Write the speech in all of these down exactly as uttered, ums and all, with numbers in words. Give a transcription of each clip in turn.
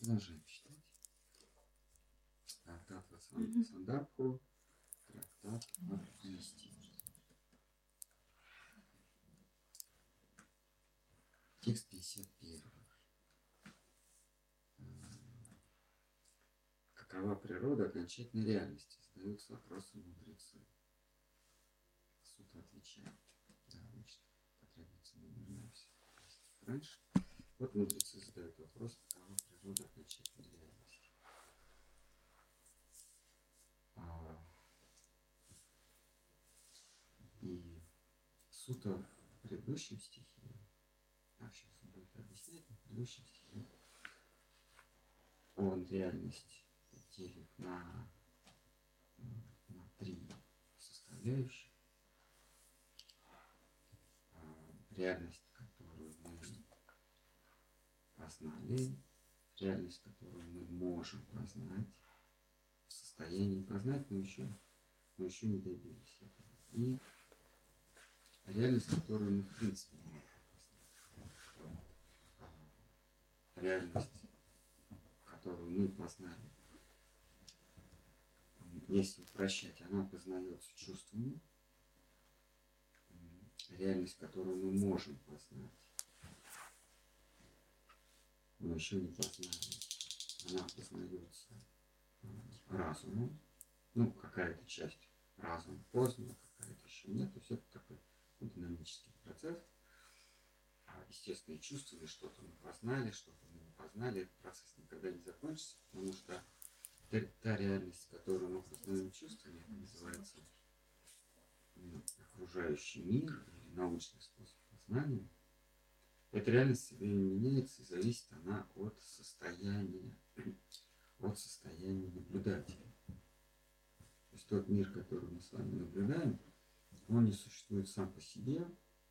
продолжаем читать. Трактат Васандабху, трактат об истине. Текст пятьдесят один. Какова природа окончательной реальности? Задаются вопросы мудрецы. Суд отвечает. Да, обычно по традиции мы вернемся раньше. Вот мудрецы задают вопрос, какова природа окончательной реальности. А, и Сута в предыдущем стихе, а сейчас он будет объяснять, в предыдущем стихе он реальность делит на, на три составляющих. Реальность, которую мы познали, реальность, которую мы можем познать, в состоянии познать, но еще, но еще не добились этого. И реальность, которую мы в принципе не можем познать. Реальность, которую мы познали, если упрощать, она познается чувствами. Реальность, которую мы можем познать, но еще не познали, она познается разумом. Ну, какая-то часть разума познана, какая-то еще нет. То есть это такой ну, динамический процесс. Естественно, чувствовали, что-то мы познали, что-то мы не познали. Этот процесс никогда не закончится, потому что та реальность, которую мы познаем чувствами, это называется окружающий мир или научный способ познания. Эта реальность со временем меняется, и зависит она от состояния, от состояния наблюдателя. То есть тот мир, который мы с вами наблюдаем, он не существует сам по себе.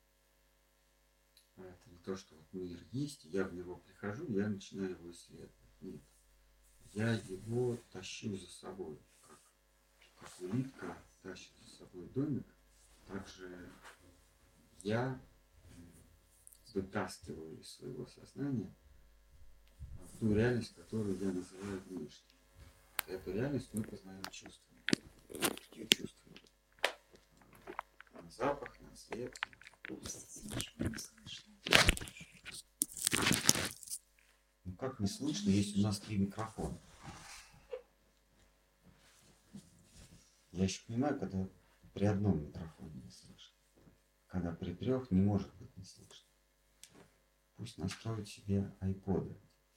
Это не то, что вот мир есть, я в него прихожу, я начинаю его исследовать. Нет. Я его тащу за собой, как, как улитка тащит за собой домик. Также я вытаскиваю из своего сознания ту реальность, которую я называю внешней. Эту реальность мы познаем чувствами. Какие чувства? На запах, на свет. Ну как не слышно, если у нас три микрофона? Я еще понимаю, когда при одном микрофоне не слышно. Когда при трех не может быть не слышно. Пусть настроят себе айподы.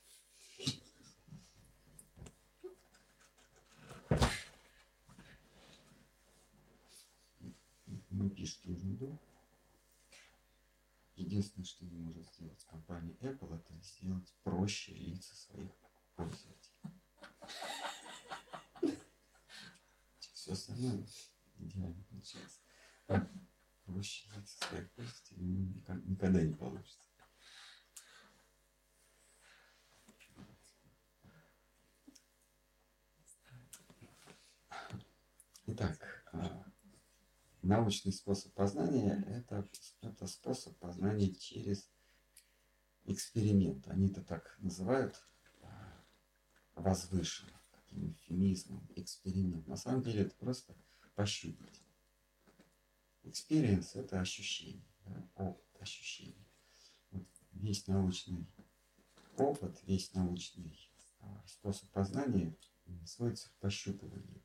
Не пишите ерунду. Единственное, что не может сделать компания Apple, это сделать проще лица своих пользователей. Все остальное идеально получается. Проще лица своих пользователей никогда не получится. Итак, научный способ познания – это, это способ познания через эксперимент. Они это так называют возвышенно, таким эвфемизмом, эксперимент. На самом деле это просто пощупать. Experience – это ощущение, да? Опыт, ощущение. Вот весь научный опыт, весь научный способ познания сводится к пощупыванию.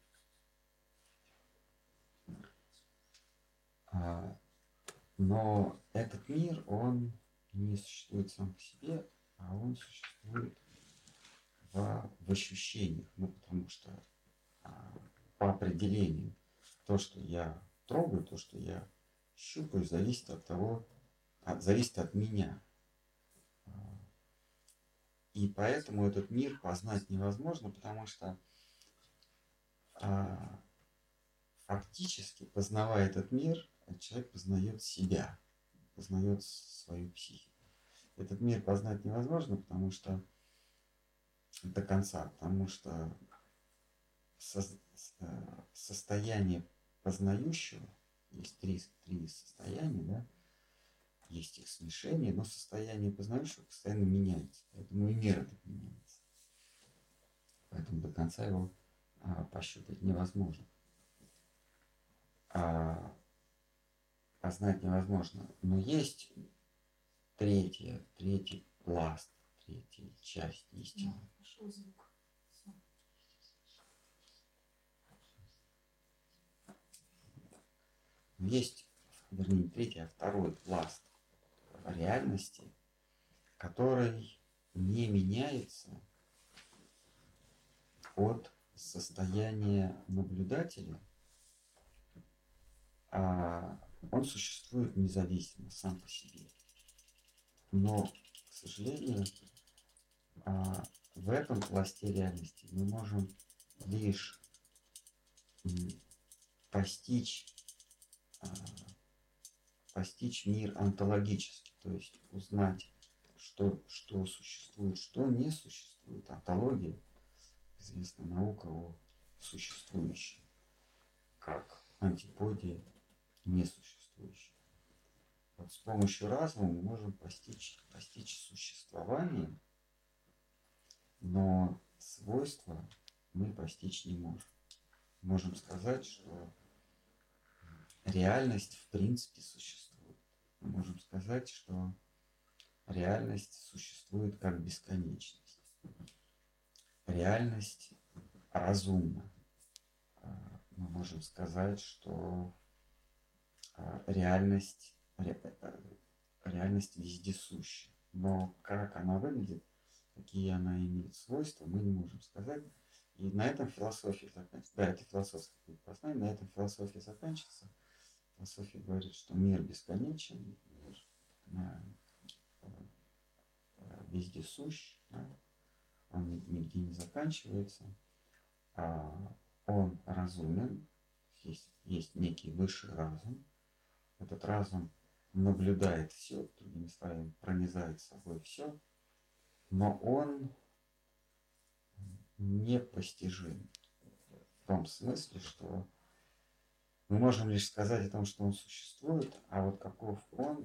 Но этот мир, он не существует сам по себе, а он существует в, в ощущениях. Ну, потому что а, по определению то, что я трогаю, то, что я щупаю, зависит от того, от, зависит от меня. И поэтому этот мир познать невозможно, потому что а, фактически, познавая этот мир, человек познает себя, познает свою психику. Этот мир познать невозможно, потому что до конца, потому что со, состояние познающего, есть три, три состояния, да, есть их смешение, но состояние познающего постоянно меняется, поэтому и мир этот меняется. поэтому до конца его а, пощупать невозможно. А, познать невозможно. Но есть третья, третий пласт, третья часть истины. Есть, вернее, не третий, а второй пласт реальности, который не меняется от состояния наблюдателя, а он существует независимо, сам по себе. Но, к сожалению, в этом пласте реальности мы можем лишь постичь, постичь мир онтологически, то есть узнать, что, что существует, что не существует. Онтология — известная наука о существующем, как антиподия несуществующего. Вот с помощью разума мы можем постичь, постичь существование, но свойства мы постичь не можем. Можем сказать, что реальность в принципе существует. Мы можем сказать, что реальность существует как бесконечность. Реальность разумна. Мы можем сказать, что реальность, реальность вездесуща. Но как она выглядит, какие она имеет свойства, мы не можем сказать. И на этом философия заканчивается. Да, это философское познание, на этом философия заканчивается. Философия говорит, что мир бесконечен, мир вездесущ, да? Он нигде не заканчивается, а он разумен, есть, есть некий высший разум. Этот разум наблюдает все, другими словами, пронизает собой все, но он непостижим. В том смысле, что мы можем лишь сказать о том, что он существует, а вот каков он,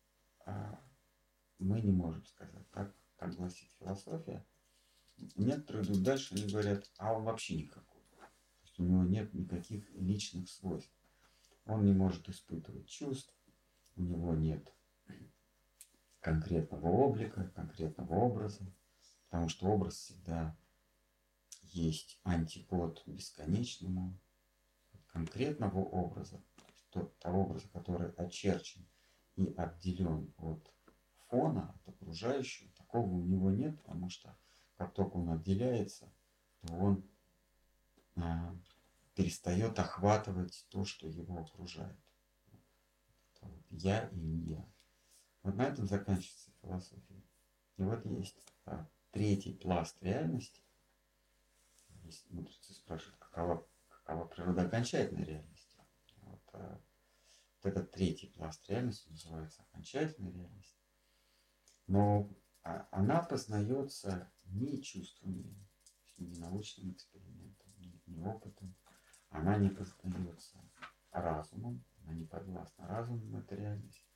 мы не можем сказать. Так, как гласит философия. Некоторые идут дальше, они говорят, а он вообще никакой. То есть у него нет никаких личных свойств. Он не может испытывать чувств, у него нет конкретного облика, конкретного образа, потому что образ всегда есть антипод бесконечному. Конкретного образа, того образа, который очерчен и отделен от фона, от окружающего, такого у него нет, потому что как только он отделяется, то он а, перестает охватывать то, что его окружает. Это вот я и не я. Вот на этом заканчивается философия. И вот есть а, третий пласт реальности. Если мудрецы спрашивают, какова, какова природа окончательной реальности. Вот, а, вот этот третий пласт реальности называется окончательной реальностью. Но а, она познается не чувствами, не научным экспериментом, не, не опытом. Она не познается разумом, она не подвластна разуму, это реальность.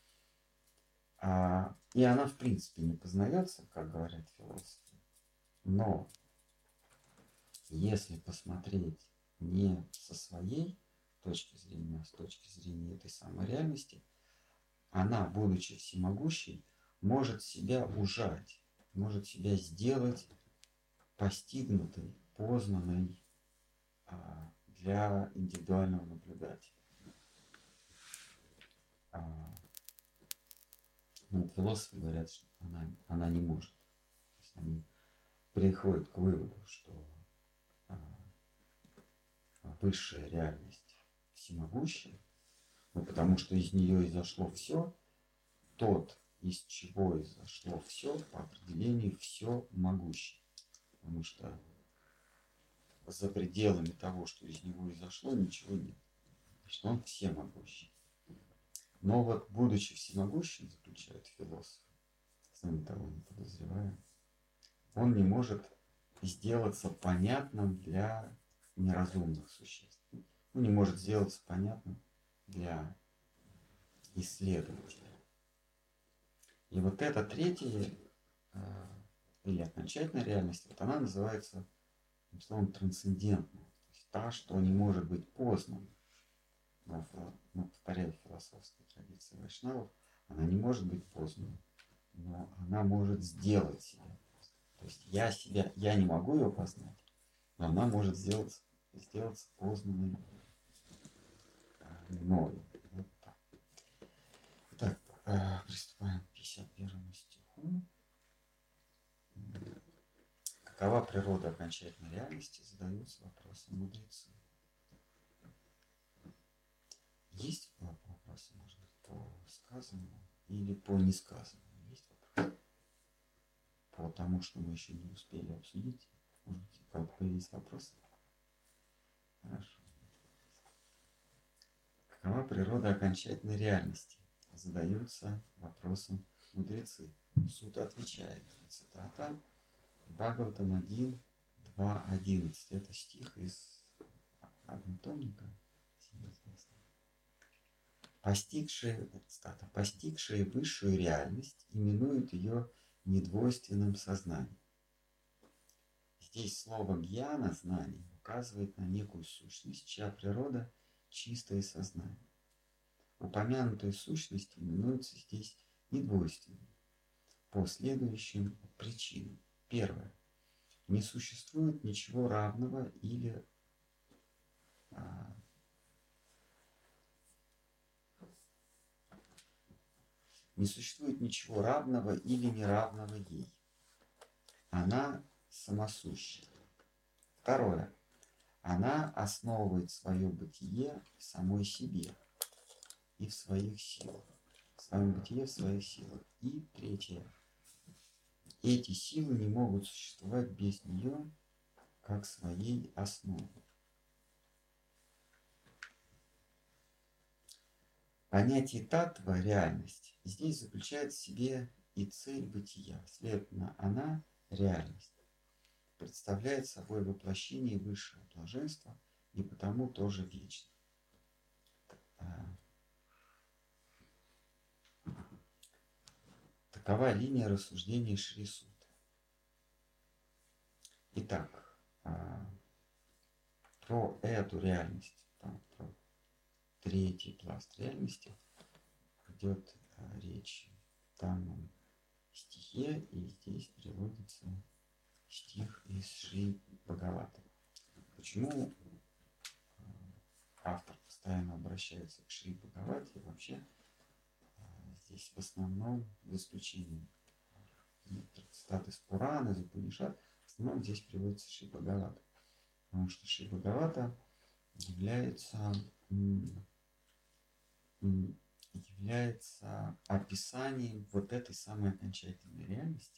А, и она в принципе не познается, как говорят философы. Но если посмотреть не со своей точки зрения, а с точки зрения этой самой реальности, она, будучи всемогущей, может себя ужать, может себя сделать постигнутой, познанной а, для индивидуального наблюдателя. А, ну, философы говорят, что она, она не может. То есть они приходят к выводу, что а, высшая реальность всемогущая, ну, потому что из нее изошло все, тот, из чего изошло все, по определению все могущий. Потому что за пределами того, что из него изошло, ничего нет. Значит, он всемогущий. Но вот, будучи всемогущим, заключают философы, сами того не подозревая, он не может сделаться понятным для неразумных существ. Он не может сделаться понятным для исследователя. И вот эта третья или окончательная реальность, вот она называется словом, трансцендентная, то есть та, что не может быть познана. Но, ну, повторяю, философской традиции вайшнавов, она не может быть познана, но она может сделать себя. То есть я себя, я не могу ее познать, но она может сделать, сделаться познанной мною. Вот так. Итак, приступаем к пятьдесят первому стиху. Какова природа окончательной реальности, задаются вопросы мудрецы. Есть вопросы, может быть, по сказанному или по несказанному? Есть вопросы? По тому, что мы еще не успели обсудить? Может быть, у кого-то появились вопросы? Хорошо. Какова природа окончательной реальности? Задаются вопросом мудрецы. Суд отвечает. Цитата. Бхагаватам один, два, одиннадцать. Это стих из однотомника. Постигшие, цитата, постигшие высшую реальность именуют ее недвойственным сознанием. Здесь слово гьяна, знание, указывает на некую сущность, чья природа чистое сознание. Упомянутые сущности именуются здесь недвойственными по следующим причинам. Первое. Не существует ничего равного или а, не существует ничего равного или неравного ей. Она самосуща. Второе. Она основывает свое бытие в самой себе и в своих силах. В своем бытие, в своих силах. И третье. Эти силы не могут существовать без нее, как своей основы. Понятие таттва, реальность, здесь заключает в себе и цель бытия. Следовательно, она, реальность, представляет собой воплощение высшего блаженства и потому тоже вечно. Такова линия рассуждения Шри Суты. Итак, про эту реальность, про третий пласт реальности идет речь в данном стихе, и здесь приводится стих из Шри Бхагавата. Почему автор постоянно обращается к Шри Бхагавате? Вообще здесь в основном, за исключением некоторых цитат из Пурана, из Упанишад, в основном здесь приводится Шри Бхагавата. Потому что Шри Бхагавата является, является описанием вот этой самой окончательной реальности,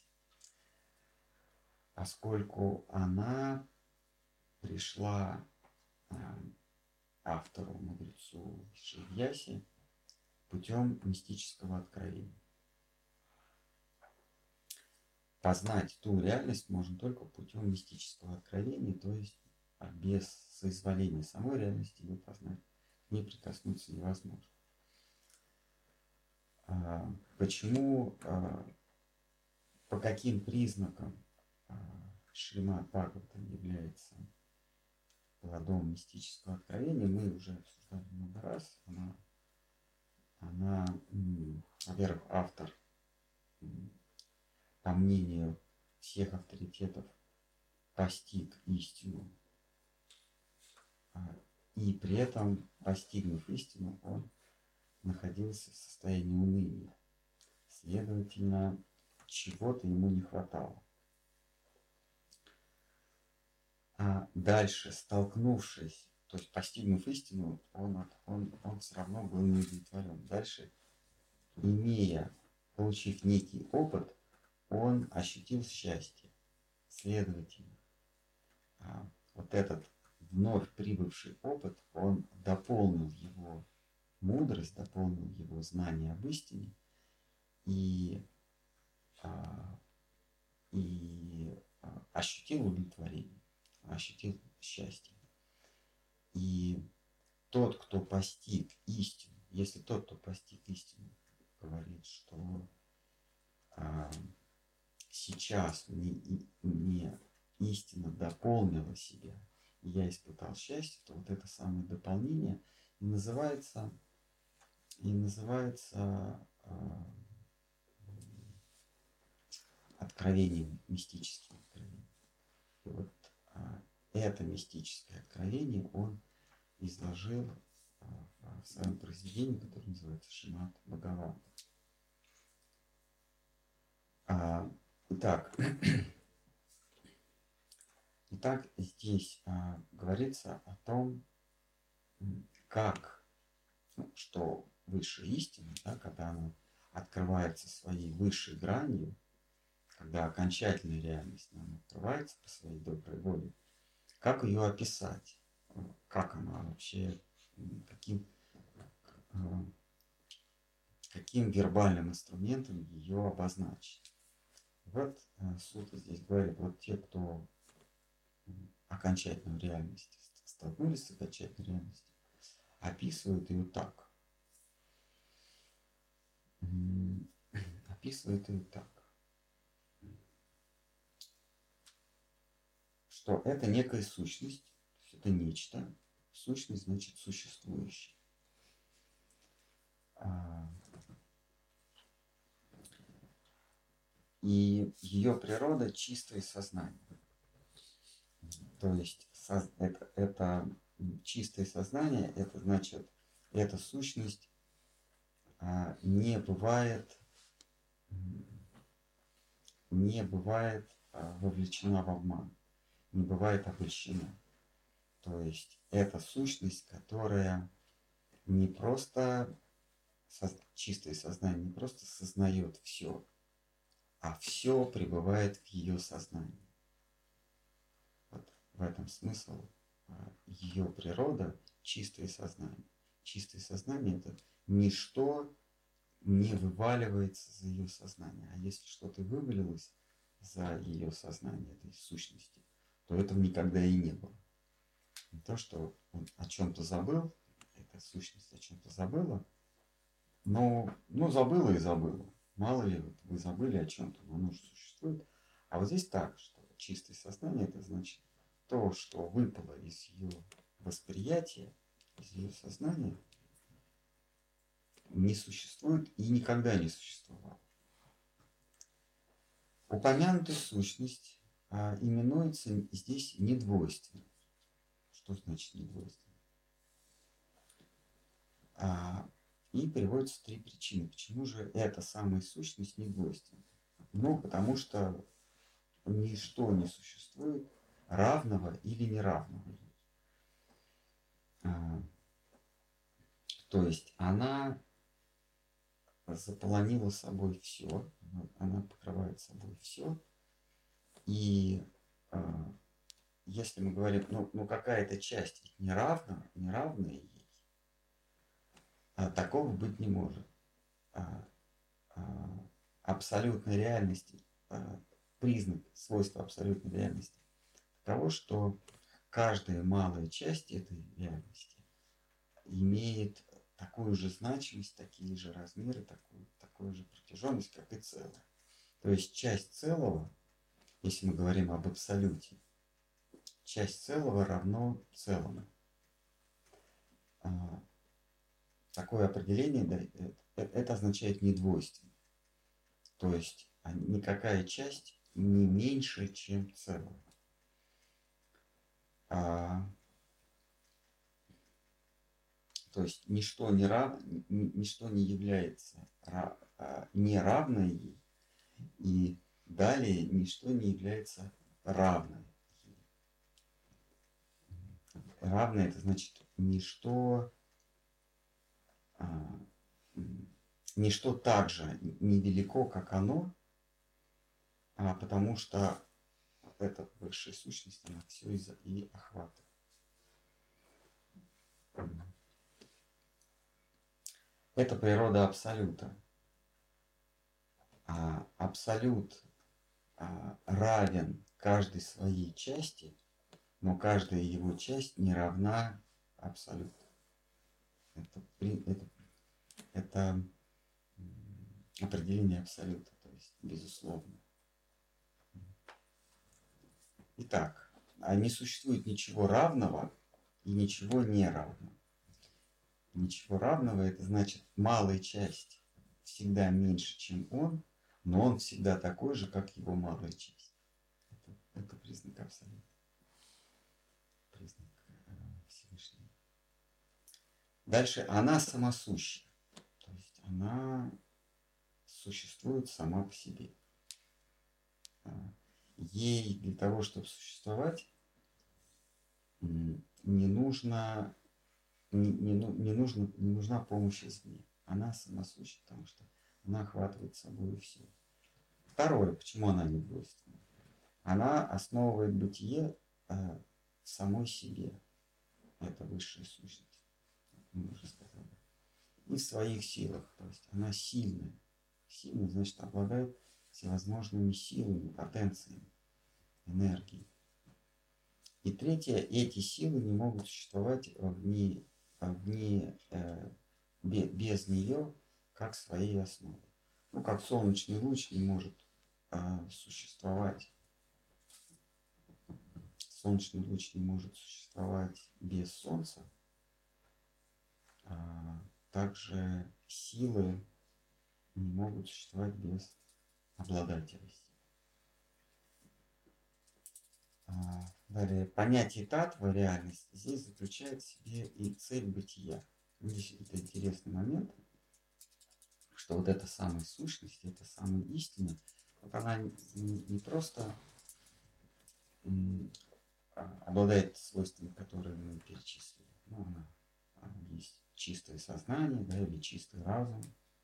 поскольку она пришла автору, мудрецу Шри-Вьясе путем мистического откровения. Познать ту реальность можно только путем мистического откровения, то есть без соизволения самой реальности ее познать, к ней прикоснуться невозможно. Почему, по каким признакам Шримад Бхагаватам является плодом мистического откровения, мы уже обсуждали много раз. Она, она во-первых, автор, по мнению всех авторитетов, постиг истину, и при этом, постигнув истину, он находился в состоянии уныния. Следовательно, чего-то ему не хватало. А дальше, столкнувшись, то есть постигнув истину, он, он, он все равно был не удовлетворен. Дальше, имея, получив некий опыт, он ощутил счастье. Следовательно, вот этот вновь прибывший опыт, он дополнил его мудрость, дополнил его знание об истине и, и ощутил удовлетворение, ощутил счастье. И тот, кто постиг истину, если тот, кто постиг истину, говорит, что а, сейчас не, не истина дополнила себя, и я испытал счастье, то вот это самое дополнение и называется, и называется э, откровением, мистическим откровением. И вот э, это мистическое откровение он изложил э, в своем произведении, которое называется Шримад Бхагаватам. А, итак, итак, здесь а, говорится о том, как, ну, что высшая истина, да, когда она открывается своей высшей гранью, когда окончательная реальность нам открывается по своей доброй воле, как ее описать, как она вообще, каким, каким вербальным инструментом ее обозначить. Вот Сутта здесь говорит, вот те, кто окончательную реальность столкнулись с окончательной реальностью, описывают ее так. Описывают ее так. Что это некая сущность, то есть это нечто. Сущность значит существующее. И ее природа чистое сознание. То есть это, это чистое сознание, это значит, эта сущность а, не бывает, не бывает а, вовлечена в обман, не бывает обольщена. То есть это сущность, которая не просто со, чистое сознание, не просто сознает все, а все пребывает в ее сознании. Вот в этом смысл. Ее природа – чистое сознание. Чистое сознание – это ничто не вываливается за ее сознание. А если что-то вывалилось за ее сознание, этой сущности, то этого никогда и не было. Не то, что он о чем-то забыл, эта сущность о чем-то забыла, но ну, забыла и забыла. Мало ли, вот вы забыли о чем-то, но оно же существует. А вот здесь так, что чистое сознание – это значит то, что выпало из ее восприятия, из ее сознания, не существует и никогда не существовало. Упомянутая сущность а, именуется здесь недвойственно. Что значит недвойственно? А, и приводятся три причины. Почему же эта самая сущность недвойственна? Ну, потому что ничто не существует равного или неравного ей. А, то есть она заполонила собой все, она покрывает собой все. И э, если мы говорим, ну, ну какая-то часть ведь неравна, неравная ей, а такого быть не может. А, а, абсолютной реальности, а, признак, свойства абсолютной реальности того, что каждая малая часть этой реальности имеет такую же значимость, такие же размеры, такую, такую же протяженность, как и целое. То есть часть целого, если мы говорим об абсолюте, часть целого равно целому. А, такое определение, да, это, это означает недвойственно. То есть никакая часть не меньше, чем целое. А, то есть ничто не, рав, ничто не является ра, а, неравной ей, и далее ничто не является равным ей. Равное — это значит ничто, а, ничто так же невелико, как оно, а потому что эта высшая сущность, она все и, и охватывает. Это природа абсолюта. А абсолют а, равен каждой своей части, но каждая его часть не равна абсолюту. Это, это, это определение абсолюта, то есть безусловно. Итак, а не существует ничего равного и ничего неравного. Ничего равного — это значит малая часть всегда меньше, чем он, но он всегда такой же, как его малая часть. Это, это признак абсолюта. Признак э, Всевышнего. Дальше она самосущая. То есть она существует сама по себе. Ей для того, чтобы существовать, не нужно, не, не, не, нужно, не нужна помощь извне. Она самосущая, потому что она охватывает собой все. Второе, почему она не двойственна? Она основывает бытие э, в самой себе. Это высшая сущность, мы уже сказали. И в своих силах. То есть она сильная. Сильная, значит, обладает всевозможными силами, потенциями, энергией. И третье, эти силы не могут существовать вне, вне, э, без нее, как своей основы. Ну, как солнечный луч не может э, существовать. Солнечный луч не может существовать без солнца. А также силы не могут существовать без обладателей. Далее, понятие татва, реальность, здесь заключает в себе и цель бытия. Здесь это интересный момент, что вот эта самая сущность, эта самая истина, вот она не, не просто м, обладает свойствами, которые мы перечислили. Ну, она, она есть чистое сознание, да, или чистый разум.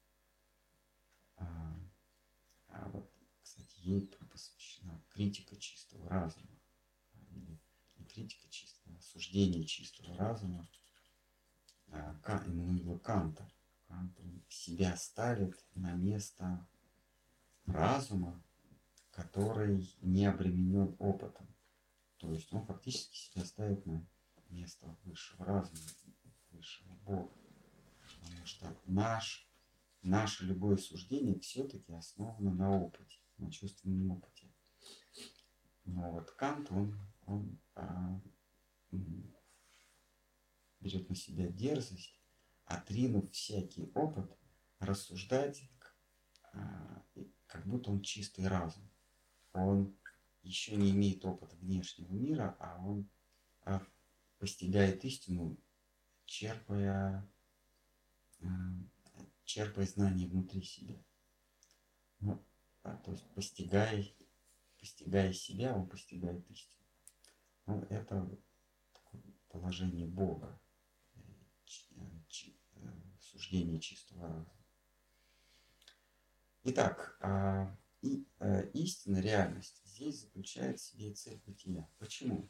А, а вот, кстати, ей посвящена критика чистого разума. Или не критика чистого, осуждение чистого разума Иммануила Канта. Кант себя ставит на место разума, который не обременен опытом. То есть он фактически себя ставит на место высшего разума, высшего Бога. Потому что наш, наше любое суждение все-таки основано на опыте, на чувственном опыте. Но вот Кант, он, он а, берет на себя дерзость, отринув всякий опыт, рассуждать, а, как будто он чистый разум. Он еще не имеет опыта внешнего мира, а он а, постигает истину, черпая, а, черпая знания внутри себя. Ну, а, то есть постигая, постигая себя, он постигает истину. Ну, это положение Бога, суждение чистого разума. Итак, и, истина, реальность здесь заключает в себе цель бытия. Почему?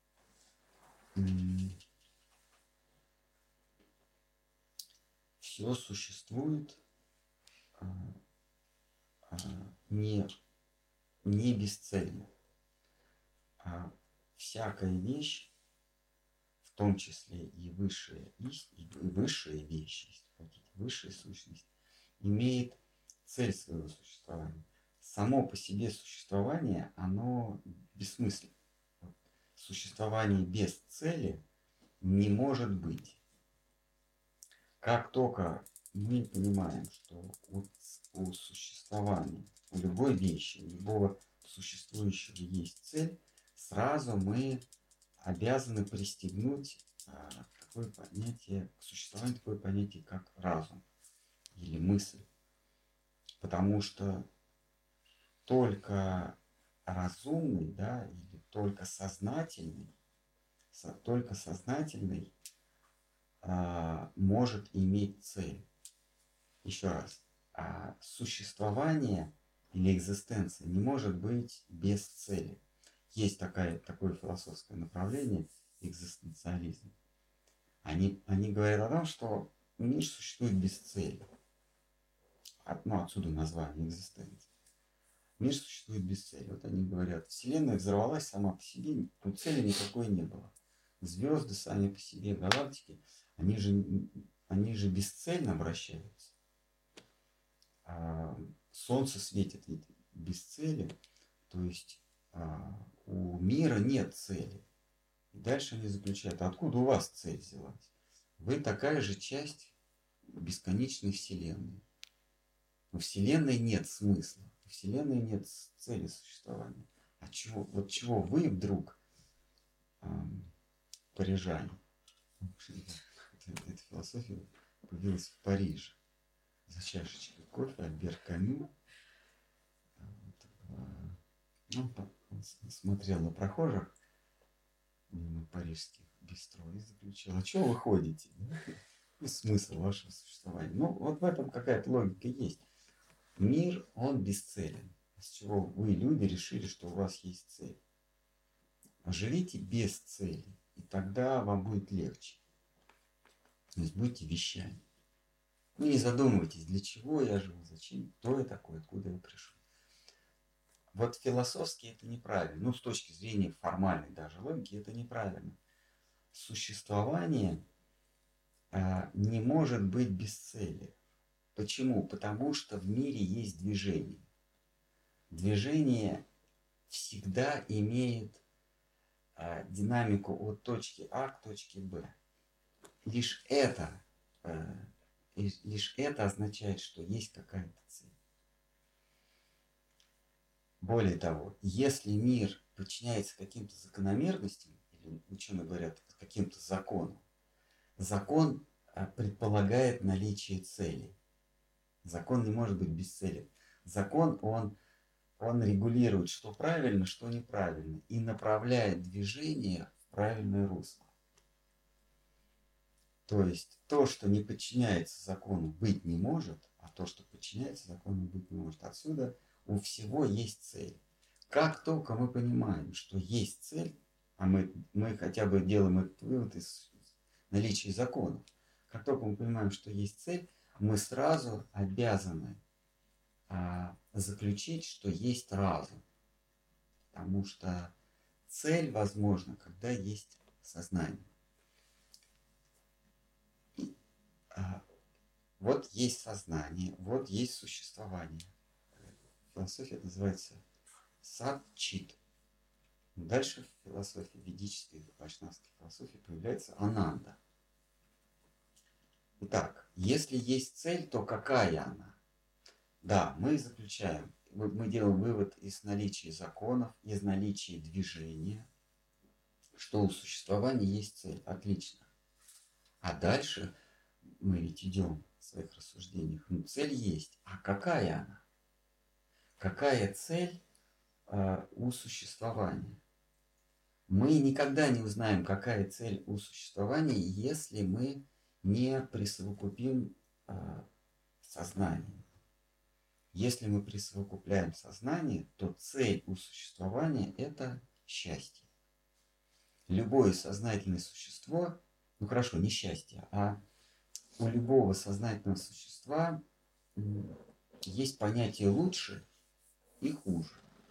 Все существует не, не бесцельно. А всякая вещь, в том числе и высшая, и высшая вещь, высшая сущность, имеет цель своего существования. Само по себе существование, оно бессмысленно. Существование без цели не может быть. Как только мы понимаем, что у, у существования, у любой вещи, у любого существующего есть цель, сразу мы обязаны пристегнуть а, такое понятие, к существованию такое понятие, как разум или мысль. Потому что только разумный, да, или только сознательный, со, только сознательный а, может иметь цель. Еще раз, а существование или экзистенция не может быть без цели. Есть такая, такое философское направление, экзистенциализм. Они, они говорят о том, что мир существует без цели. От, ну, отсюда название экзистенции. Мир существует без цели. Вот они говорят, Вселенная взорвалась сама по себе, тут цели никакой не было. Звезды сами по себе, галактики, они же, они же бесцельно обращаются. А Солнце светит ведь без цели. То есть у мира нет цели. И дальше они заключают, откуда у вас цель взялась? Вы такая же часть бесконечной Вселенной. У Вселенной нет смысла, у Вселенной нет цели существования. А чего, вот чего вы вдруг, эм, парижане, эта философия появилась в Париже за чашечкой кофе, Альбер Камю. Ну, смотрел на прохожих мимо парижских бистро и заключил, а чего вы ходите? Ну, смысл вашего существования. Ну, вот в этом какая-то логика есть. Мир, он бесцелен. С чего вы, люди, решили, что у вас есть цель. Живите без цели, и тогда вам будет легче. То есть будьте вещами. Ну, не задумывайтесь, для чего я живу, зачем, кто я такой, откуда я пришел. Вот философски это неправильно. Ну, с точки зрения формальной даже логики, это неправильно. Существование а, не может быть без цели. Почему? Потому что в мире есть движение. Движение всегда имеет а, динамику от точки А к точке Б. Лишь это, а, лишь это означает, что есть какая-то цель. Более того, если мир подчиняется каким-то закономерностям, или ученые говорят, каким-то законам, закон предполагает наличие цели. Закон не может быть без цели. Закон, он, он регулирует, что правильно, что неправильно, и направляет движение в правильное русло. То есть то, что не подчиняется закону, быть не может, а то, что подчиняется закону, быть не может. Отсюда у всего есть цель. Как только мы понимаем, что есть цель, а мы, мы хотя бы делаем этот вывод из наличия законов, как только мы понимаем, что есть цель, мы сразу обязаны а, заключить, что есть разум. Потому что цель возможна, когда есть сознание. И, а, вот есть сознание, вот есть существование. Философия называется сат-чит. Дальше в философии, ведической, вайшнавской философии появляется ананда. Итак, если есть цель, то какая она? Да, мы заключаем, мы делаем вывод из наличия законов, из наличия движения, что у существования есть цель. Отлично. А дальше мы ведь идем в своих рассуждениях. Ну, цель есть. А какая она? Какая цель э, у существования? Мы никогда не узнаем, какая цель у существования, если мы не присовокупим э, сознание. Если мы присовокупляем сознание, то цель у существования – это счастье. Любое сознательное существо, ну хорошо, не счастье, а у любого сознательного существа есть понятие лучше и хуже.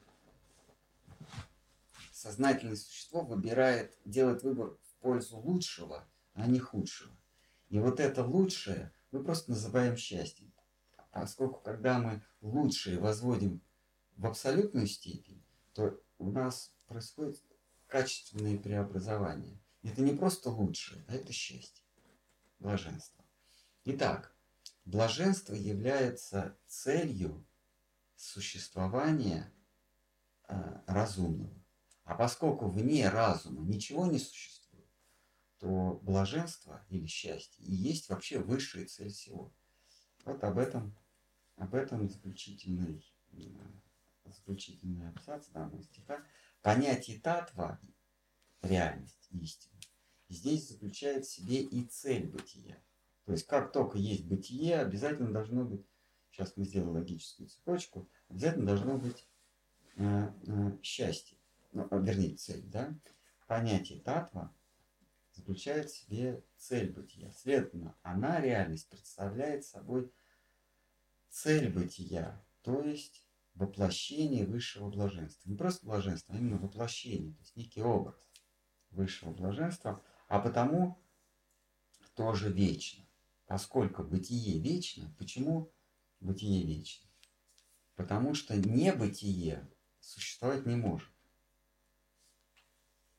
Сознательное существо выбирает, делает выбор в пользу лучшего, а не худшего. И вот это лучшее мы просто называем счастьем. Поскольку когда мы лучшее возводим в абсолютную степень, то у нас происходит качественные преобразования. Это не просто лучшее, а это счастье, блаженство. Итак, блаженство является целью существования э, разумного. А поскольку вне разума ничего не существует, то блаженство или счастье и есть вообще высшая цель всего. Вот об этом, об этом заключительный, заключительный абзац данного стиха. Понятие татва, реальность, истина, здесь заключает в себе и цель бытия. То есть как только есть бытие, обязательно должно быть, сейчас мы сделаем логическую цепочку, обязательно должно быть э, э, счастье. Ну, вернее, цель, да? Понятие татва заключает в себе цель бытия. Следовательно, она, реальность, представляет собой цель бытия, то есть воплощение высшего блаженства. Не просто блаженство, а именно воплощение, то есть некий образ высшего блаженства, а потому тоже вечно. Поскольку бытие вечно, почему бытие вечно? Потому что небытие существовать не может.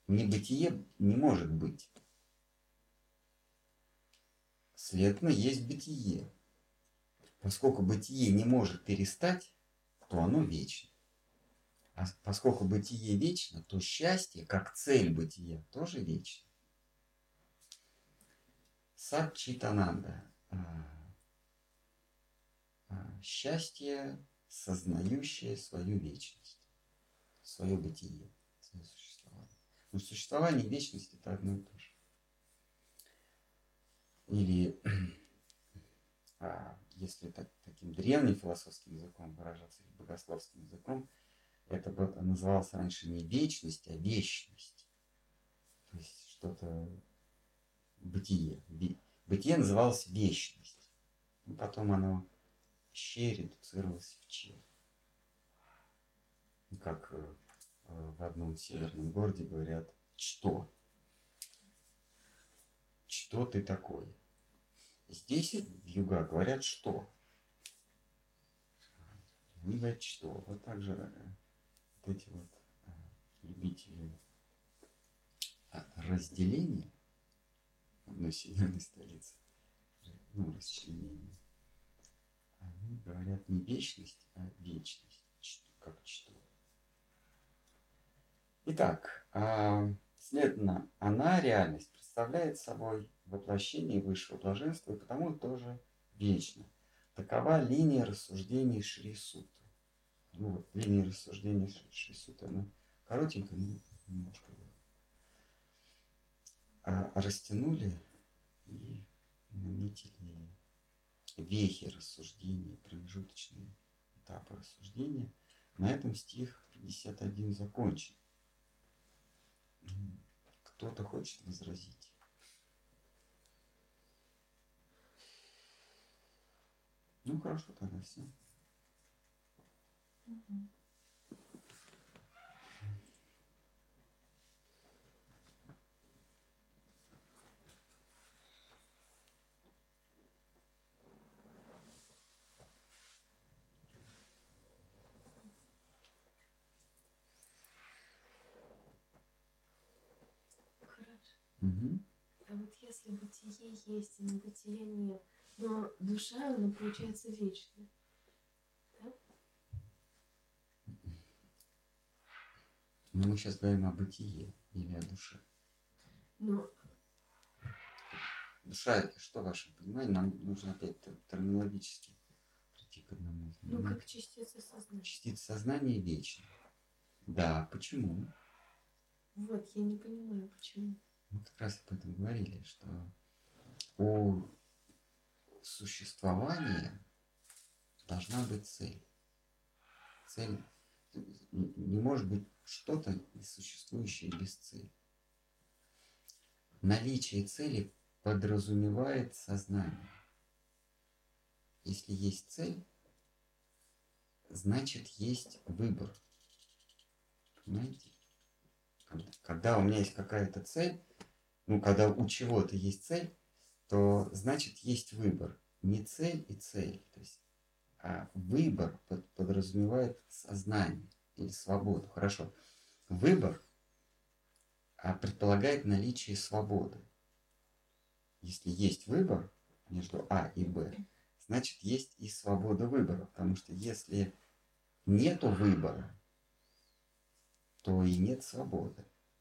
небытие не может быть. Следовательно, есть бытие. Поскольку бытие не может перестать, то оно вечно. А поскольку бытие вечно, то счастье, как цель бытия, тоже вечно. Сатчитананда. Счастье, сознающее свою вечность, свое бытие, свое существование. Но существование и вечность — это одно и то же. Или, если так, таким древним философским языком выражаться, или богословским языком, это называлось раньше не вечность, а вечность. То есть что-то бытие. Бытие называлось вечность. И потом оно ще редуцировалось в че. Как в одном северном городе говорят, что? Что ты такой? Здесь в юга говорят, что? Они говорят, что? Вот так же вот эти вот любители разделения в одной северной столице, ну, расчленения, они говорят не вечность, а вечность, как что. Итак, следовательно, она, реальность, представляет собой воплощение высшего блаженства и потому тоже вечна. Такова линия рассуждений Шри Сутты. Ну вот, линия рассуждений Шри Сутты, она коротенькая, но немножко а растянули и наметили вехи рассуждений, промежуточные этапы рассуждения. На этом стих пятьдесят один закончен. Кто-то хочет возразить? Ну хорошо, тогда все. Угу. Угу. А вот если бытие есть, а небытия нет, но душа, она получается вечная, да? Но мы сейчас говорим о бытие или о душе. Но... Душа, что ваше понимание? Нам нужно опять терминологически прийти к одному. Ну, как частица сознания. Частица сознания вечна. Да, почему? Вот, я не понимаю, почему. Мы как раз об этом говорили, что у существования должна быть цель. Цель не может быть что-то существующее без цели. Наличие цели подразумевает сознание. Если есть цель, значит есть выбор. Понимаете? Когда у меня есть какая-то цель, ну, когда у чего-то есть цель, то значит есть выбор. Не цель и цель. То есть, а выбор под, подразумевает сознание или свободу. Хорошо. Выбор а, предполагает наличие свободы. Если есть выбор между А и Б, значит есть и свобода выбора. Потому что если нету выбора, то и нет свободы.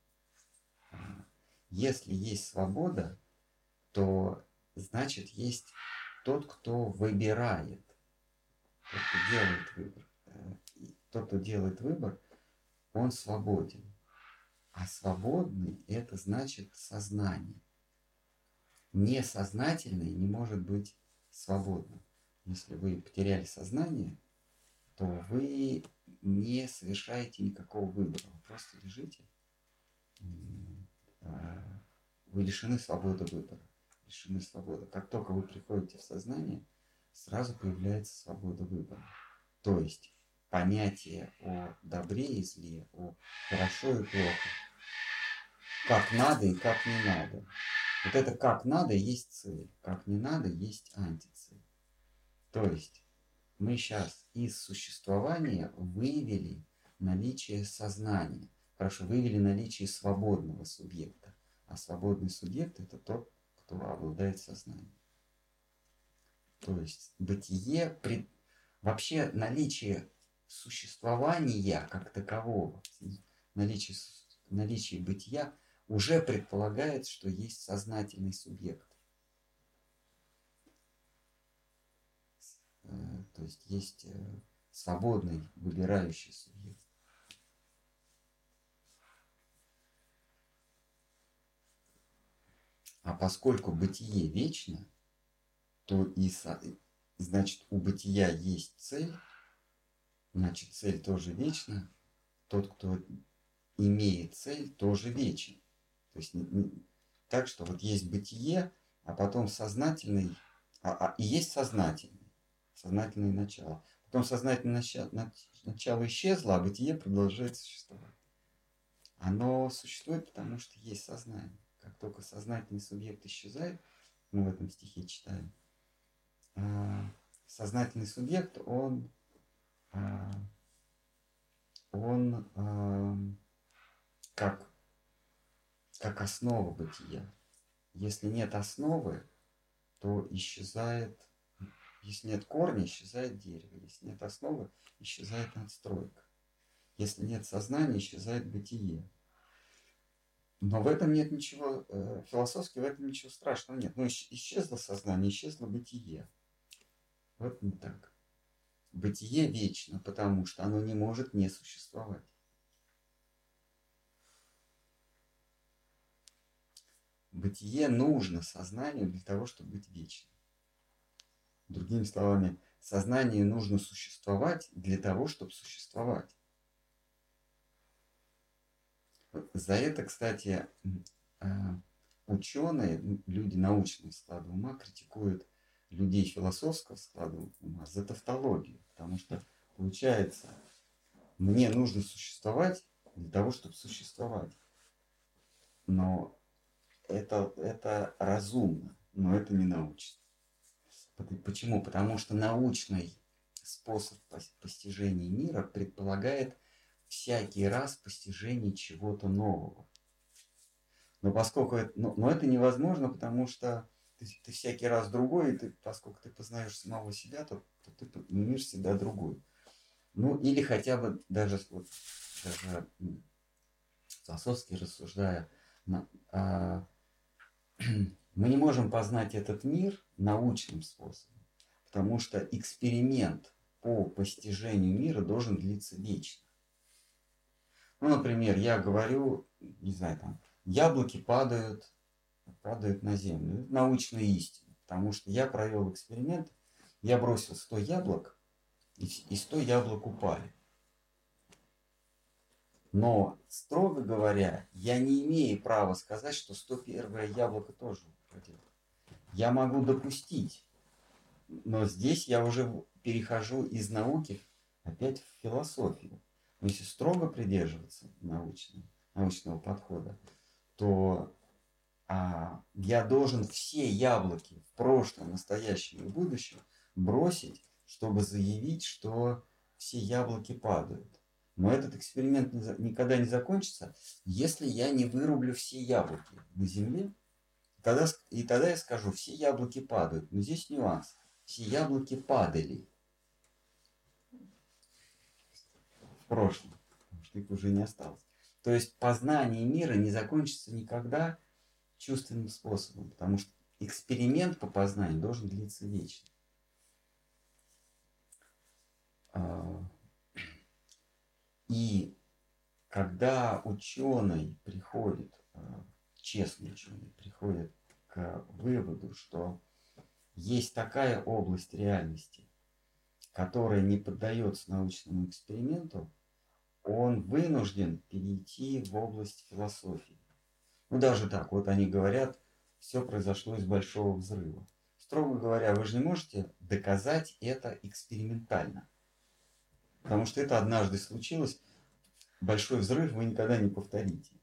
Если есть свобода, то значит есть тот, кто выбирает. Тот, кто делает выбор. Тот, кто делает выбор, он свободен. А свободный — это значит сознание. Несознательный не может быть свободным. Если вы потеряли сознание, то вы не совершаете никакого выбора. Вы просто лежите. Вы лишены свободы выбора. Лишены свободы. Как только вы приходите в сознание, сразу появляется свобода выбора. То есть понятие о добре и зле, о хорошо и плохо, как надо и как не надо. Вот это как надо есть цель, как не надо есть антицель. То есть мы сейчас из существования вывели наличие сознания. хорошо, выявили наличие свободного субъекта. А свободный субъект – это тот, кто обладает сознанием. То есть бытие, при... вообще наличие существования как такового, наличие, наличие бытия уже предполагает, что есть сознательный субъект. То есть есть свободный, выбирающий субъект. А поскольку бытие вечно, то и, значит, у бытия есть цель, значит, цель тоже вечна. Тот, кто имеет цель, тоже вечен. То есть так, что вот есть бытие, а потом сознательный, а, а, и есть сознательный, сознательное начало. Потом сознательное начало, начало исчезло, а бытие продолжает существовать. Оно существует, потому что есть сознание. Как только сознательный субъект исчезает, мы в этом стихе читаем, сознательный субъект, он, он как, как основа бытия. Если нет основы, то исчезает, если нет корня, исчезает дерево. Если нет основы, исчезает надстройка. Если нет сознания, исчезает бытие. Но в этом нет ничего, э, философски в этом ничего страшного нет. Но исчезло сознание, исчезло бытие. Вот не так. Бытие вечно, потому что оно не может не существовать. Бытие нужно сознанию для того, чтобы быть вечным. Другими словами, сознанию нужно существовать для того, чтобы существовать. За это, кстати, ученые, люди научного склада ума критикуют людей философского склада ума за тавтологию. Потому что, получается, мне нужно существовать для того, чтобы существовать. Но это, это разумно, но это не научно. Почему? Потому что научный способ постижения мира предполагает всякий раз постижение чего-то нового. Но поскольку это, но, но это невозможно, потому что ты, ты всякий раз другой, и ты, поскольку ты познаешь самого себя, то, то ты мир себя другой. Ну или хотя бы даже, вот, даже философски рассуждая, на, а, мы не можем познать этот мир научным способом, потому что эксперимент по постижению мира должен длиться вечно. Ну, например, я говорю, не знаю, там, яблоки падают, падают на землю. Это научная истина, потому что я провел эксперимент, я бросил сто яблок, и сто яблок упали. Но, строго говоря, я не имею права сказать, что сто первое яблоко тоже упадет. Я могу допустить, но здесь я уже перехожу из науки опять в философию. Но если строго придерживаться научного, научного подхода, то а, я должен все яблоки в прошлом, настоящем и будущем бросить, чтобы заявить, что все яблоки падают. Но этот эксперимент никогда не закончится, если я не вырублю все яблоки на земле. Тогда, и тогда я скажу, все яблоки падают. Но здесь нюанс. Все яблоки падали в прошлом, потому что их уже не осталось. То есть познание мира не закончится никогда чувственным способом, потому что эксперимент по познанию должен длиться вечно. И когда ученый приходит, честный ученый приходит к выводу, что есть такая область реальности, которая не поддается научному эксперименту, он вынужден перейти в область философии. Ну даже так, вот они говорят, все произошло из большого взрыва. Строго говоря, вы же не можете доказать это экспериментально. Потому что это однажды случилось, большой взрыв вы никогда не повторите.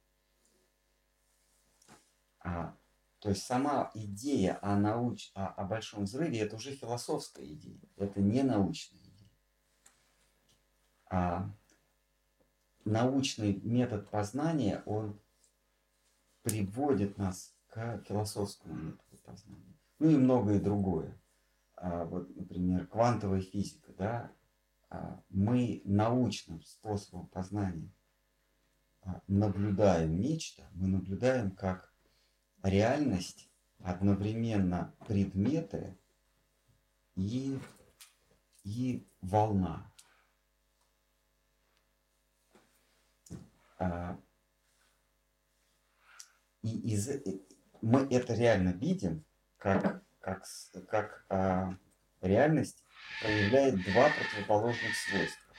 А, то есть сама идея о, науч... о, о большом взрыве, это уже философская идея, это не научная идея. А, научный метод познания, он приводит нас к философскому методу познания. Ну и многое другое. А, вот, например, квантовая физика, да, а, мы научным способом познания а, наблюдаем нечто, мы наблюдаем, как реальность одновременно предметы и, и волна. А, и из, мы это реально видим, как, как, как а, реальность проявляет два противоположных свойства.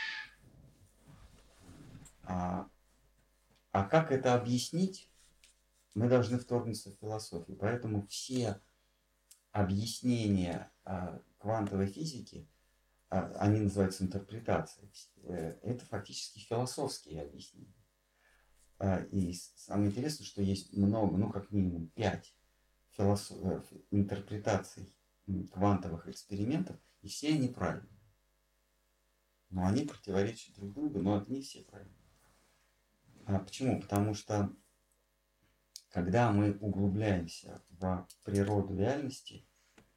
А, а как это объяснить, мы должны вторгнуться в философию. Поэтому все объяснения а, квантовой физики, а, они называются интерпретацией, это фактически философские объяснения. А, и самое интересное, что есть много, ну как минимум пять философ... интерпретаций квантовых экспериментов, и все они правильные. Но они противоречат друг другу, но они все правильные. А почему? Потому что когда мы углубляемся в природу реальности,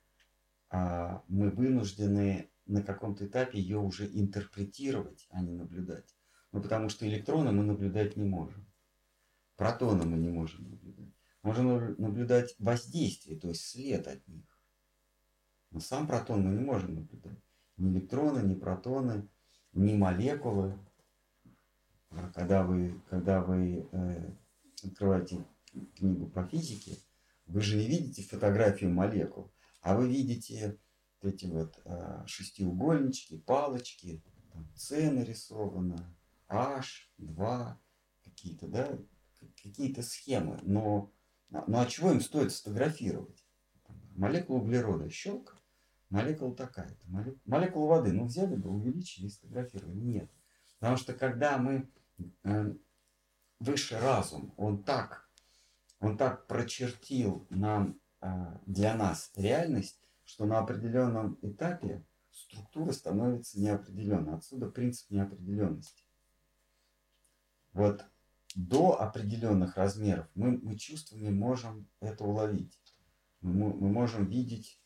мы вынуждены на каком-то этапе ее уже интерпретировать, а не наблюдать. Ну, потому что электроны мы наблюдать не можем. Протоны мы не можем наблюдать. Можем наблюдать воздействие, то есть след от них. Но сам протон мы не можем наблюдать. Ни электроны, ни протоны, ни молекулы. Когда вы, когда вы э, открываете книгу по физике, вы же не видите фотографию молекул, а вы видите вот эти вот э, шестиугольнички, палочки, там С нарисовано, H, два, какие-то, да, какие-то схемы. Но, но а чего им стоит сфотографировать? Молекула углерода, щелк, молекула такая-то, молекула, молекула воды, ну взяли бы, увеличили и сфотографировали. Нет. Потому что когда мы э, высший разум, он так, он так прочертил нам, э, для нас реальность, что на определенном этапе структура становится неопределенной. Отсюда принцип неопределенности. Вот до определенных размеров мы, мы чувствами можем это уловить. Мы, мы можем видеть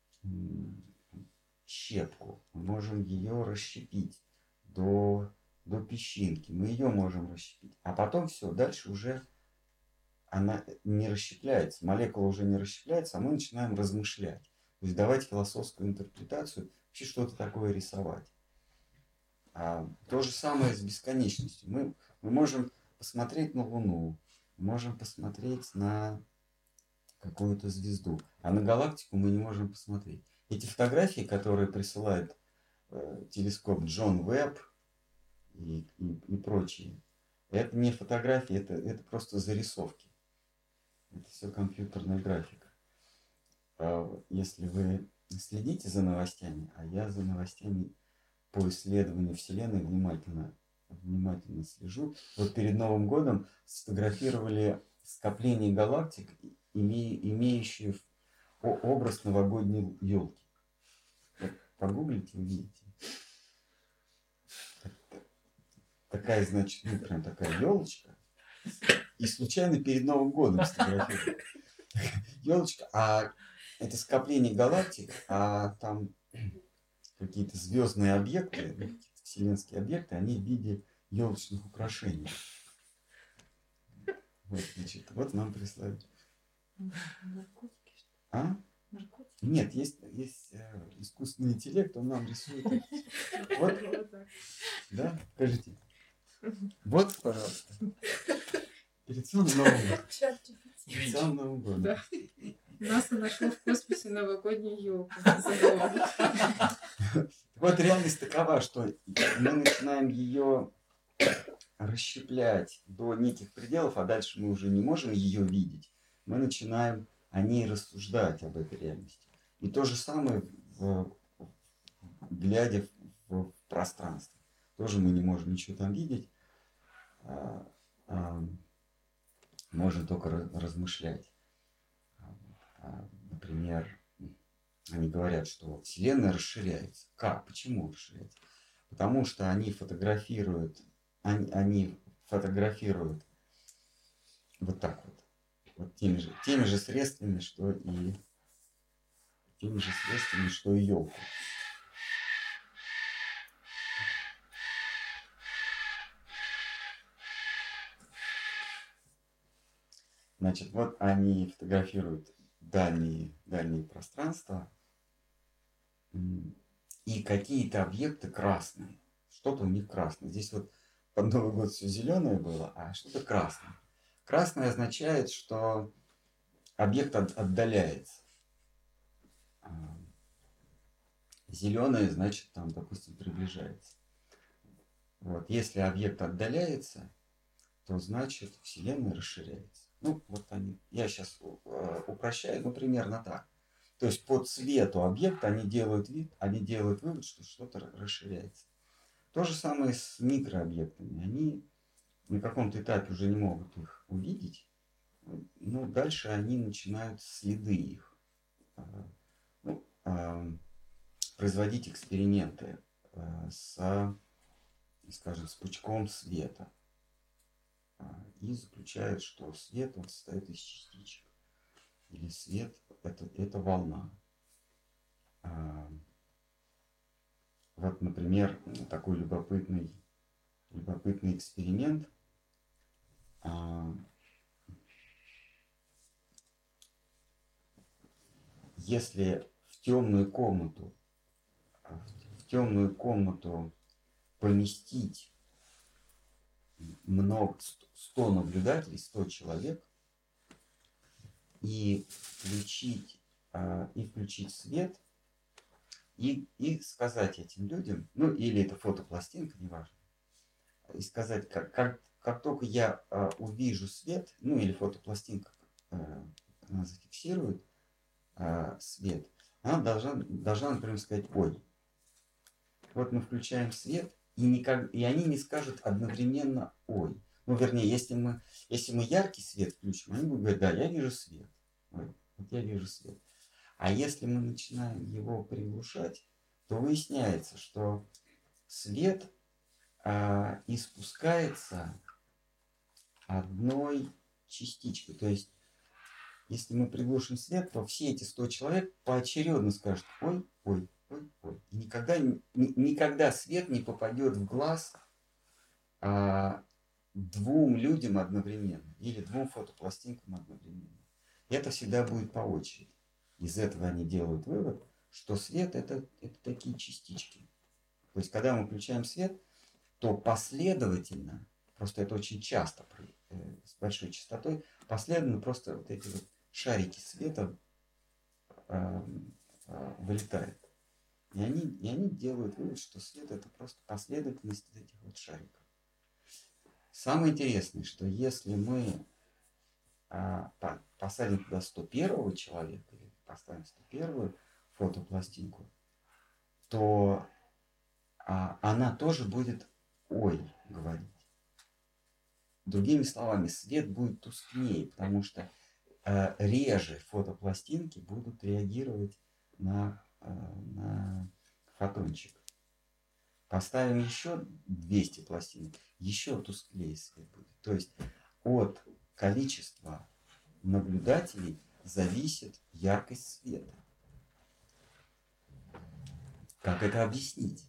щепку, мы можем ее расщепить до, до песчинки, мы ее можем расщепить. А потом все, дальше уже она не расщепляется, молекула уже не расщепляется, а мы начинаем размышлять. То есть давать философскую интерпретацию, вообще что-то такое рисовать. А то же самое с бесконечностью. Мы, мы можем посмотреть на Луну, можем посмотреть на какую-то звезду, а на галактику мы не можем посмотреть. Эти фотографии, которые присылает э, телескоп Джон Уэбб и, и, и прочие, это не фотографии, это, это просто зарисовки. Это все компьютерная графика. А если вы следите за новостями, а я за новостями по исследованию Вселенной внимательно, внимательно слежу. Вот перед Новым годом сфотографировали скопление галактик, имеющие образ новогодней елки. Вот погуглите, увидите. Такая, значит, ну прям такая елочка. И случайно перед Новым годом сфотографировали. Елочка, а это скопление галактик, а там какие-то звездные объекты, какие-то вселенские объекты, они в виде елочных украшений. Вот, значит, вот нам прислали. Наркотики, что ли? А? Наркотики? Нет, есть, есть э, искусственный интеллект, он нам рисует. Вот. Да, скажите. Вот, пожалуйста. Перед самым Новым годом. Перед самым Новым годом. Да. НАСА нашло в космосе новогоднюю елку. Вот реальность такова, что мы начинаем ее расщеплять до неких пределов, а дальше мы уже не можем ее видеть. Мы начинаем о ней рассуждать, об этой реальности. И то же самое, в, глядя в, в пространство. Тоже мы не можем ничего там видеть. А, а, можем только размышлять. А, например, они говорят, что Вселенная расширяется. Как? Почему расширяется? Потому что они фотографируют, они, они фотографируют вот так вот. Вот теми же, теми же средствами, что и теми же средствами, что и елку. Значит, вот они фотографируют дальние, дальние пространства и какие-то объекты красные. Что-то у них красное. Здесь вот под Новый год все зеленое было, а что-то красное. Красное означает, что объект отдаляется. Зеленое значит, там, допустим, приближается. Вот. Если объект отдаляется, то значит Вселенная расширяется. Ну, вот они, я сейчас упрощаю, но примерно так. То есть по цвету объекта они делают вид, они делают вывод, что что-то расширяется. То же самое с микрообъектами. Они на каком-то этапе уже не могут их увидеть, но дальше они начинают следы их. Ну, производить эксперименты с, скажем, с пучком света. И заключают, что свет он состоит из частичек. Или свет это, это волна. Вот, например, такой любопытный, любопытный эксперимент. Если в темную комнату, в темную комнату поместить много, сто наблюдателей, сто человек, и включить, и включить свет, и, и сказать этим людям, ну или это фотопластинка, неважно, и сказать, как, как, как только я а, увижу свет, ну или фотопластинка, а, она зафиксирует а, свет, она должна, должна, например, сказать, ой, вот мы включаем свет, и, никак, и они не скажут одновременно ой. Ну, вернее, если мы, если мы яркий свет включим, они будут говорить, да, я вижу свет. Ой, вот я вижу свет. А если мы начинаем его приглушать, то выясняется, что свет а, испускается одной частичкой. То есть, если мы приглушим свет, то все эти сто человек поочередно скажут ой, ой, ой, ой. И никогда, ни, никогда свет не попадет в глаз а, двум людям одновременно или двум фотопластинкам одновременно. И это всегда будет по очереди. Из этого они делают вывод, что свет это, это такие частички. То есть, когда мы включаем свет, то последовательно, просто это очень часто э, с большой частотой, последовательно просто вот эти вот шарики света э, э, вылетают. И они, и они делают вывод, что свет это просто последовательность этих вот шариков. Самое интересное, что если мы а, посадим туда сто первого человека или поставим сто первую фотопластинку, то а, она тоже будет ой говорить. Другими словами, свет будет тускнее, потому что а, реже фотопластинки будут реагировать на, а, на фотончик. Поставим еще двести пластинок, еще тусклее свет будет. То есть от количества наблюдателей зависит яркость света. Как это объяснить?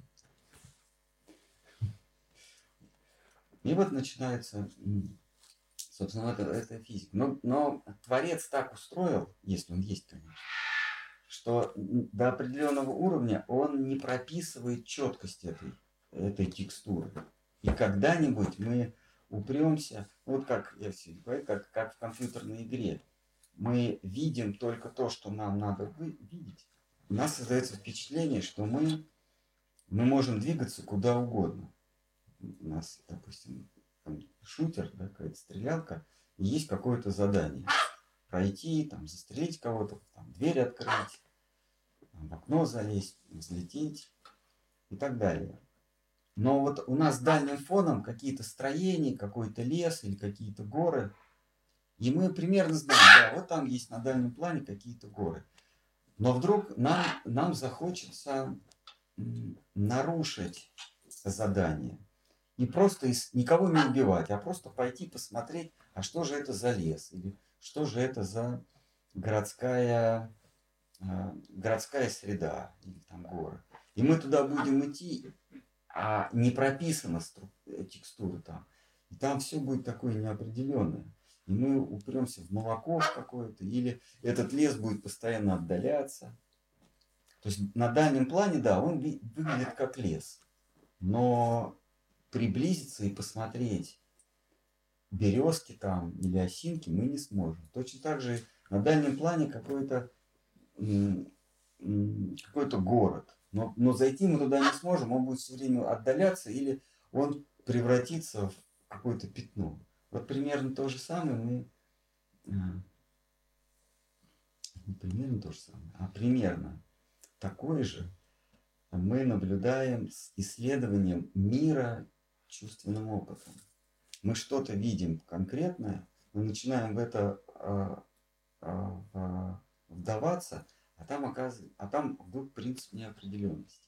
И вот начинается, собственно, это, это физика. Но, но Творец так устроил, если он есть, конечно, что до определенного уровня он не прописывает четкость этой, этой текстуры. И когда-нибудь мы упремся, вот как я всегда говорю, как, как в компьютерной игре. Мы видим только то, что нам надо видеть. У нас создается впечатление, что мы, мы можем двигаться куда угодно. У нас, допустим, там, шутер, да, какая-то стрелялка, и есть какое-то задание. Пройти, там, застрелить кого-то, там, дверь открыть, там, в окно залезть, взлететь и так далее. Но вот у нас дальним фоном какие-то строения, какой-то лес или какие-то горы. И мы примерно знаем, да, вот там есть на дальнем плане какие-то горы. Но вдруг нам, нам захочется нарушить задание И просто из, никого не убивать, а просто пойти посмотреть, а что же это за лес, или что же это за городская, э, городская среда, или там город. И мы туда будем идти, а не прописана стру- текстура там. И там все будет такое неопределенное. И мы упремся в молоко какое-то, или этот лес будет постоянно отдаляться. То есть на дальнем плане, да, он ви- выглядит как лес. Но приблизиться и посмотреть березки там или осинки мы не сможем. Точно так же на дальнем плане какой-то м, м, какой-то город. Но, но зайти мы туда не сможем, он будет все время отдаляться или он превратится в какое-то пятно. Вот примерно то же самое мы... а, Не примерно то же самое, а примерно такое же мы наблюдаем с исследованием мира чувственным опытом. Мы что-то видим конкретное, мы начинаем в это а, а, а, вдаваться, а там, оказывается, а там вдруг принцип неопределенности.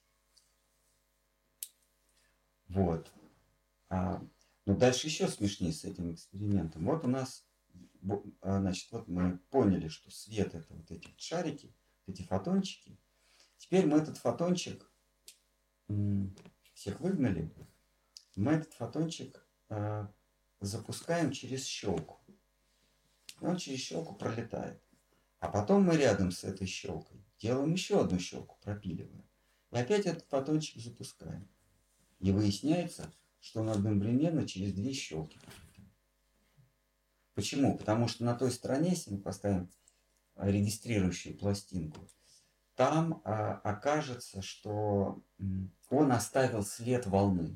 Вот. А, но дальше еще смешнее с этим экспериментом. Вот у нас, значит, вот мы поняли, что свет это вот эти шарики, эти фотончики. Теперь мы этот фотончик м, всех выгнали. Мы этот фотончик э, запускаем через щелку. И он через щелку пролетает. А потом мы рядом с этой щелкой делаем еще одну щелку, пропиливаем. И опять этот фотончик запускаем. И выясняется, что он одновременно через две щелки. Почему? Потому что на той стороне, если мы поставим регистрирующую пластинку, там а, окажется, что м, он оставил след волны.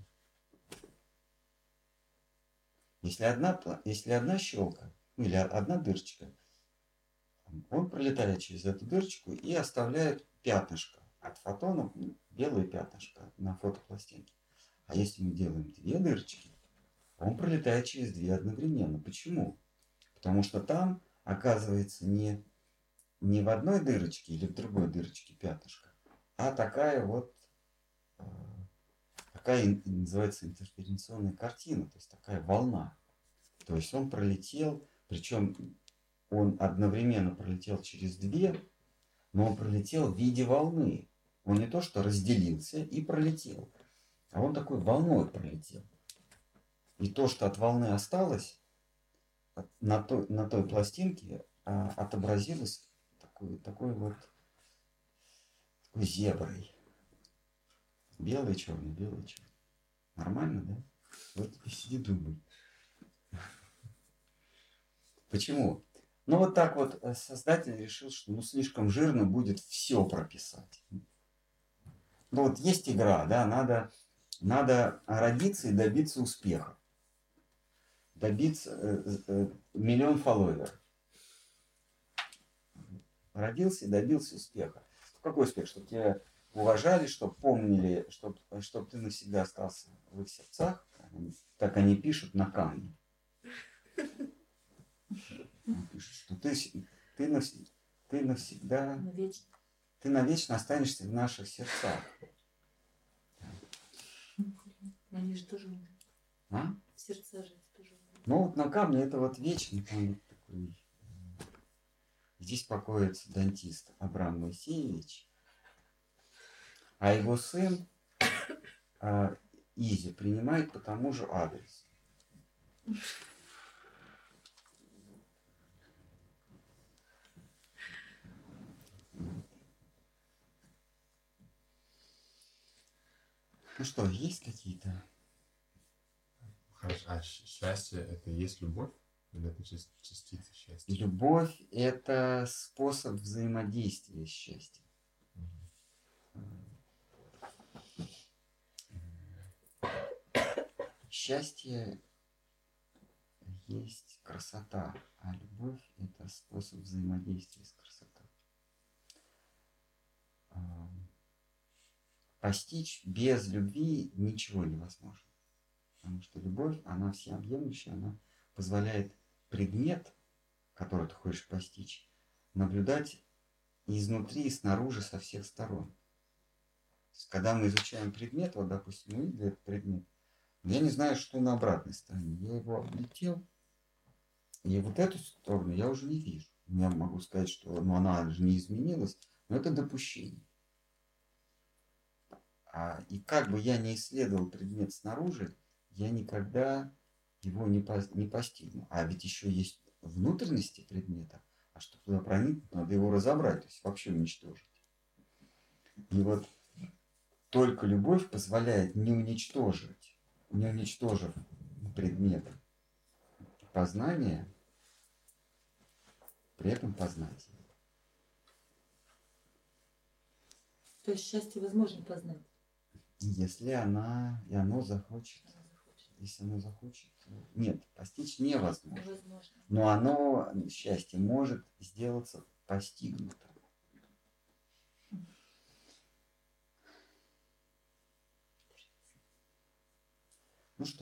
Если одна, если одна щелка, ну, или одна дырочка, он пролетает через эту дырочку и оставляет пятнышко от фотонов, белое пятнышко на фотопластинке. А если мы делаем две дырочки, он пролетает через две одновременно. Почему? Потому что там оказывается не, не в одной дырочке или в другой дырочке пятнышко, а такая вот э, такая называется интерференционная картина, то есть такая волна. То есть он пролетел, причем он одновременно пролетел через две, но он пролетел в виде волны. Он не то что разделился и пролетел, а он такой волной пролетел. И то, что от волны осталось, на той, на той пластинке а, отобразилось такой, такой вот такой зеброй. Белый, черный, белый, черный. Нормально, да? Вот и сиди думай. Почему? Ну вот так вот создатель решил, что ну слишком жирно будет все прописать. Ну вот есть игра, да, надо, надо родиться и добиться успеха. Добиться э, э, миллион фолловеров. Родился и добился успеха. Какой успех? Чтобы тебя уважали, чтобы помнили, чтобы, чтобы ты навсегда остался в их сердцах. Так они пишут на камне. Пишут, что ты, ты, навсегда, ты навсегда, Навечно. ты навечно останешься в наших сердцах. Они же тоже умеют. А? В сердца жить тоже умеют. Ну вот на камне это вот вечно. Там вот такой... Здесь покоится дантист Абрам Моисеевич. А его сын а, Изи принимает по тому же адресу. Ну что, есть какие-то? Хорошо. А счастье это и есть любовь? Или это частица счастья? Любовь – это способ взаимодействия с счастьем. Счастье есть красота, а любовь – это способ взаимодействия с красотой. Постичь без любви ничего невозможно. Потому что любовь, она всеобъемлющая, она позволяет предмет, который ты хочешь постичь, наблюдать изнутри и снаружи со всех сторон. То есть, когда мы изучаем предмет, вот, допустим, мы видели этот предмет, Я не знаю, что на обратной стороне. Я его облетел, и вот эту сторону я уже не вижу. Я могу сказать, что ну, она же не изменилась, но это допущение. А, и как бы я не исследовал предмет снаружи, я никогда его не, по, не постигну. А ведь еще есть внутренности предмета, а чтобы туда проникнуть, надо его разобрать, то есть вообще уничтожить. И вот только любовь позволяет не уничтожить, не уничтожив предмет познания, при этом познать его. То есть счастье возможно познать? Если она, и оно захочет. Если оно захочет. Нет, постичь невозможно. Невозможно. Но оно, счастье, может сделаться постигнутым. Ну что?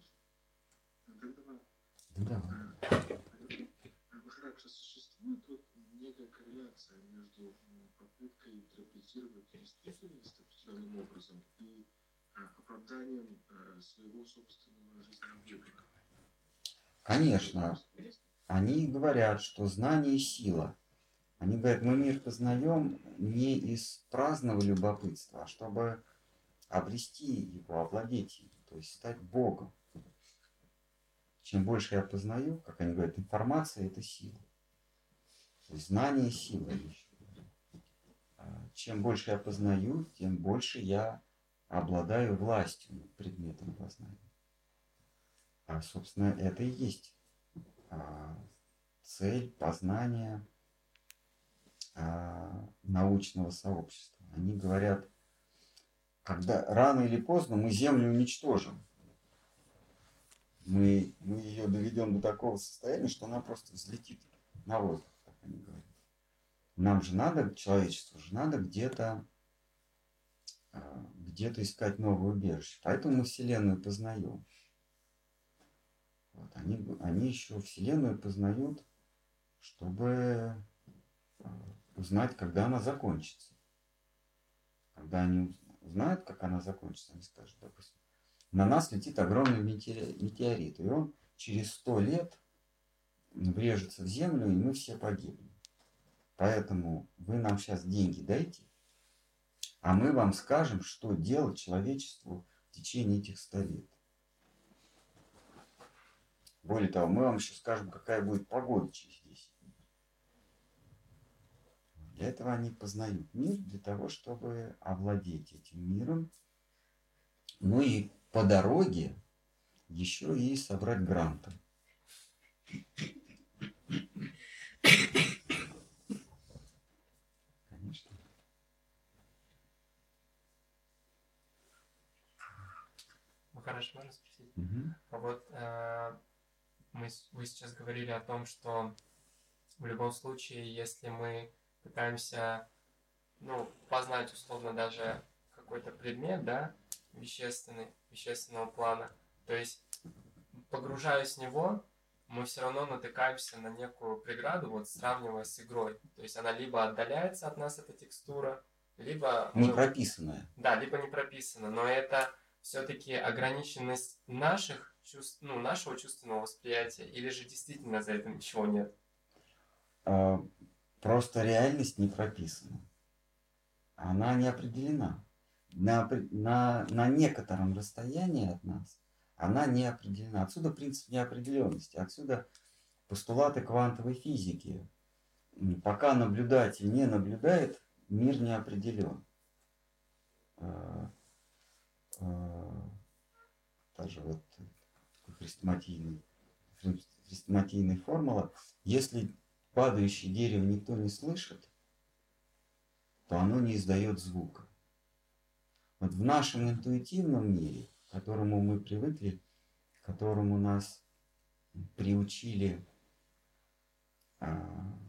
Ну давай. Характер существует вот некая корреляция между попыткой интерпретировать действительность определенным образом и оправданием своего собственного жизненного выбора. Конечно. Они говорят, что знание – сила. Они говорят, мы мир познаем не из праздного любопытства, а чтобы обрести его, овладеть им, то есть стать Богом. Чем больше я познаю, как они говорят, информация – это сила. То есть знание – сила. Чем больше я познаю, тем больше я обладаю властью над предметом познания. А, собственно, это и есть а, цель познания а, научного сообщества. Они говорят, когда рано или поздно мы Землю уничтожим. Мы, мы ее доведем до такого состояния, что она просто взлетит на воздух, так они говорят. Нам же надо, человечеству же надо где-то где-то искать новое убежище. Поэтому мы Вселенную познаем. Вот, они, они еще Вселенную познают, чтобы узнать, когда она закончится. Когда они узнают, как она закончится, они скажут, допустим, на нас летит огромный метеорит, и он через сто лет врежется в Землю, и мы все погибнем. Поэтому вы нам сейчас деньги дайте, а мы вам скажем, что делать человечеству в течение этих ста лет. Более того, мы вам еще скажем, какая будет погода через десять дней. Для этого они познают мир, для того, чтобы овладеть этим миром. Ну и по дороге еще и собрать гранты. Конечно. Хорошо, можно спросить? Угу. А вот э, мы, вы сейчас говорили о том, что в любом случае, если мы пытаемся, ну, познать условно даже какой-то предмет, да, вещественный, вещественного плана, то есть, погружаясь в него, мы все равно натыкаемся на некую преграду, вот сравнивая с игрой. То есть она либо отдаляется от нас, эта текстура, либо... Не мы... прописанная. Да, либо не прописана, но это все-таки ограниченность наших чувств, ну, нашего чувственного восприятия, или же действительно за это ничего нет? А, просто реальность не прописана. Она не определена. На, на, на некотором расстоянии от нас она не определена. Отсюда принцип неопределенности. Отсюда постулаты квантовой физики. Пока наблюдатель не наблюдает, мир не определен. Даже вот хрестоматийный, хрестоматийная формула. Если падающее дерево никто не слышит, то оно не издает звука. Вот в нашем интуитивном мире, к которому мы привыкли, к которому нас приучили а,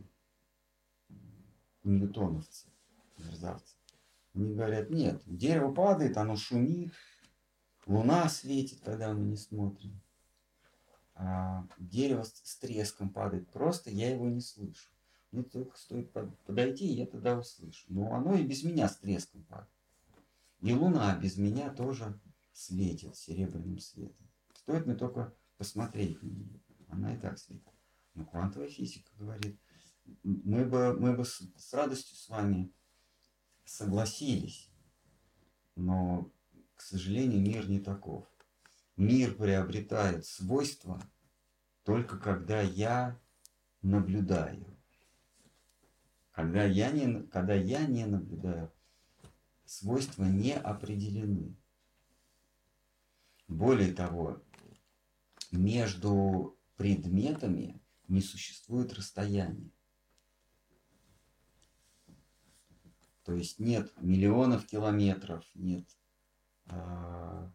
ньютоновцы, мерзавцы, они говорят, нет, дерево падает, оно шумит, луна светит, когда мы не смотрим, а дерево с треском падает, просто я его не слышу. Мне только стоит подойти, и я тогда услышу. Но оно и без меня с треском падает. И луна без меня тоже светит серебряным светом. Стоит мне только посмотреть на нее. Она и так светит. Но квантовая физика говорит, мы бы, мы бы с, с радостью с вами согласились, но, к сожалению, мир не таков. Мир приобретает свойства только когда я наблюдаю. Когда я не, когда я не наблюдаю, свойства не определены. Более того, между предметами не существует расстояния. То есть нет миллионов километров, нет э,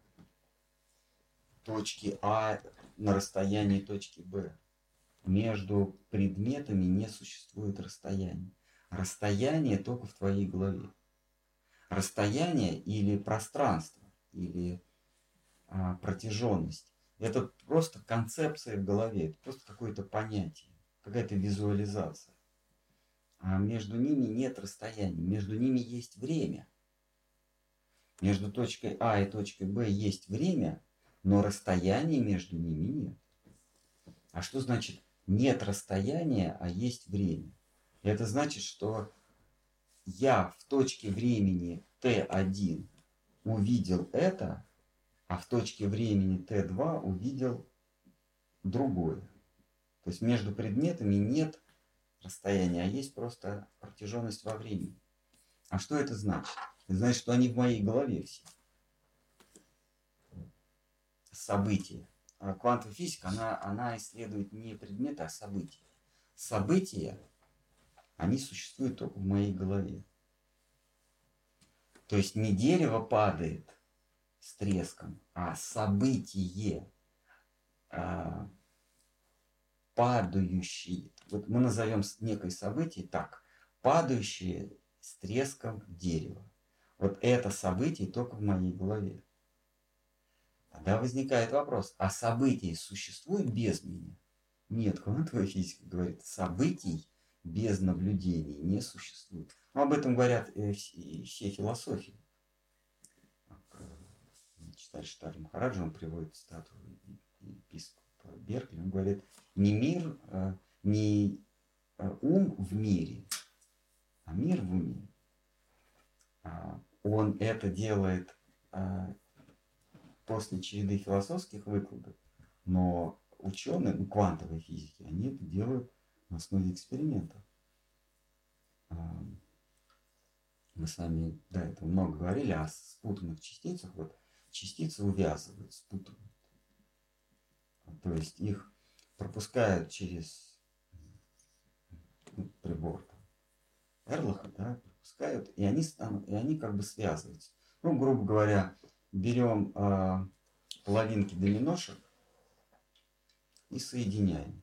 точки А на расстоянии точки Б. Между предметами не существует расстояния. Расстояние только в твоей голове. Расстояние или пространство, или а, протяженность. Это просто концепция в голове, это просто какое-то понятие, какая-то визуализация. А между ними нет расстояния, между ними есть время. Между точкой А и точкой Б есть время, но расстояния между ними нет. А что значит нет расстояния, а есть время? Это значит, что я в точке времени Т один увидел это, а в точке времени Т два увидел другое. То есть между предметами нет расстояния, а есть просто протяженность во времени. А что это значит? Это значит, что они в моей голове все. События. А квантовая физика, она, она исследует не предметы, а события. События, они существуют только в моей голове. То есть не дерево падает с треском, а событие, а, падающее. Вот мы назовем некое событие так. Падающее с треском дерево. Вот это событие только в моей голове. Тогда возникает вопрос, а события существуют без меня? Нет, квантовая физика говорит, событий без наблюдений не существует. Но об этом говорят э, все, все философии. Читаешь Штарь Махараджа, он приводит статую епископа Беркли, он говорит, не мир, а, не ум в мире, а мир в уме. А, он это делает а, после череды философских выкладок, но ученые, ну, квантовой физики, они это делают на основе экспериментов. Мы с вами до этого много говорили о спутанных частицах. Вот частицы увязывают, спутывают. То есть их пропускают через ну, прибор Эрлаха, да, пропускают, и они, и они как бы связываются. Ну, грубо говоря, берем э, половинки доминошек и соединяем.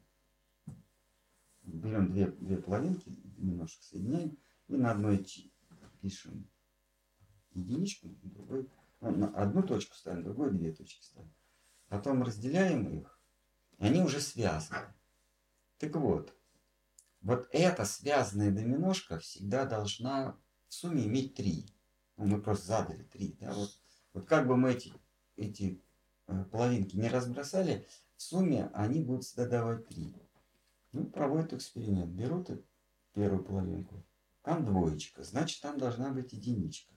Берем две, две половинки доминошек, соединяем, и на одной пишем единичку, на другой, ну, на одну точку ставим, другой две точки ставим. Потом разделяем их, и они уже связаны. Так вот, вот эта связанная доминошка всегда должна в сумме иметь три. Ну, мы просто задали три. Да? Вот, вот как бы мы эти, эти э, половинки не разбросали, в сумме они будут всегда давать три. Ну, проводят эксперимент. Берут первую половинку. Там двоечка. Значит, там должна быть единичка.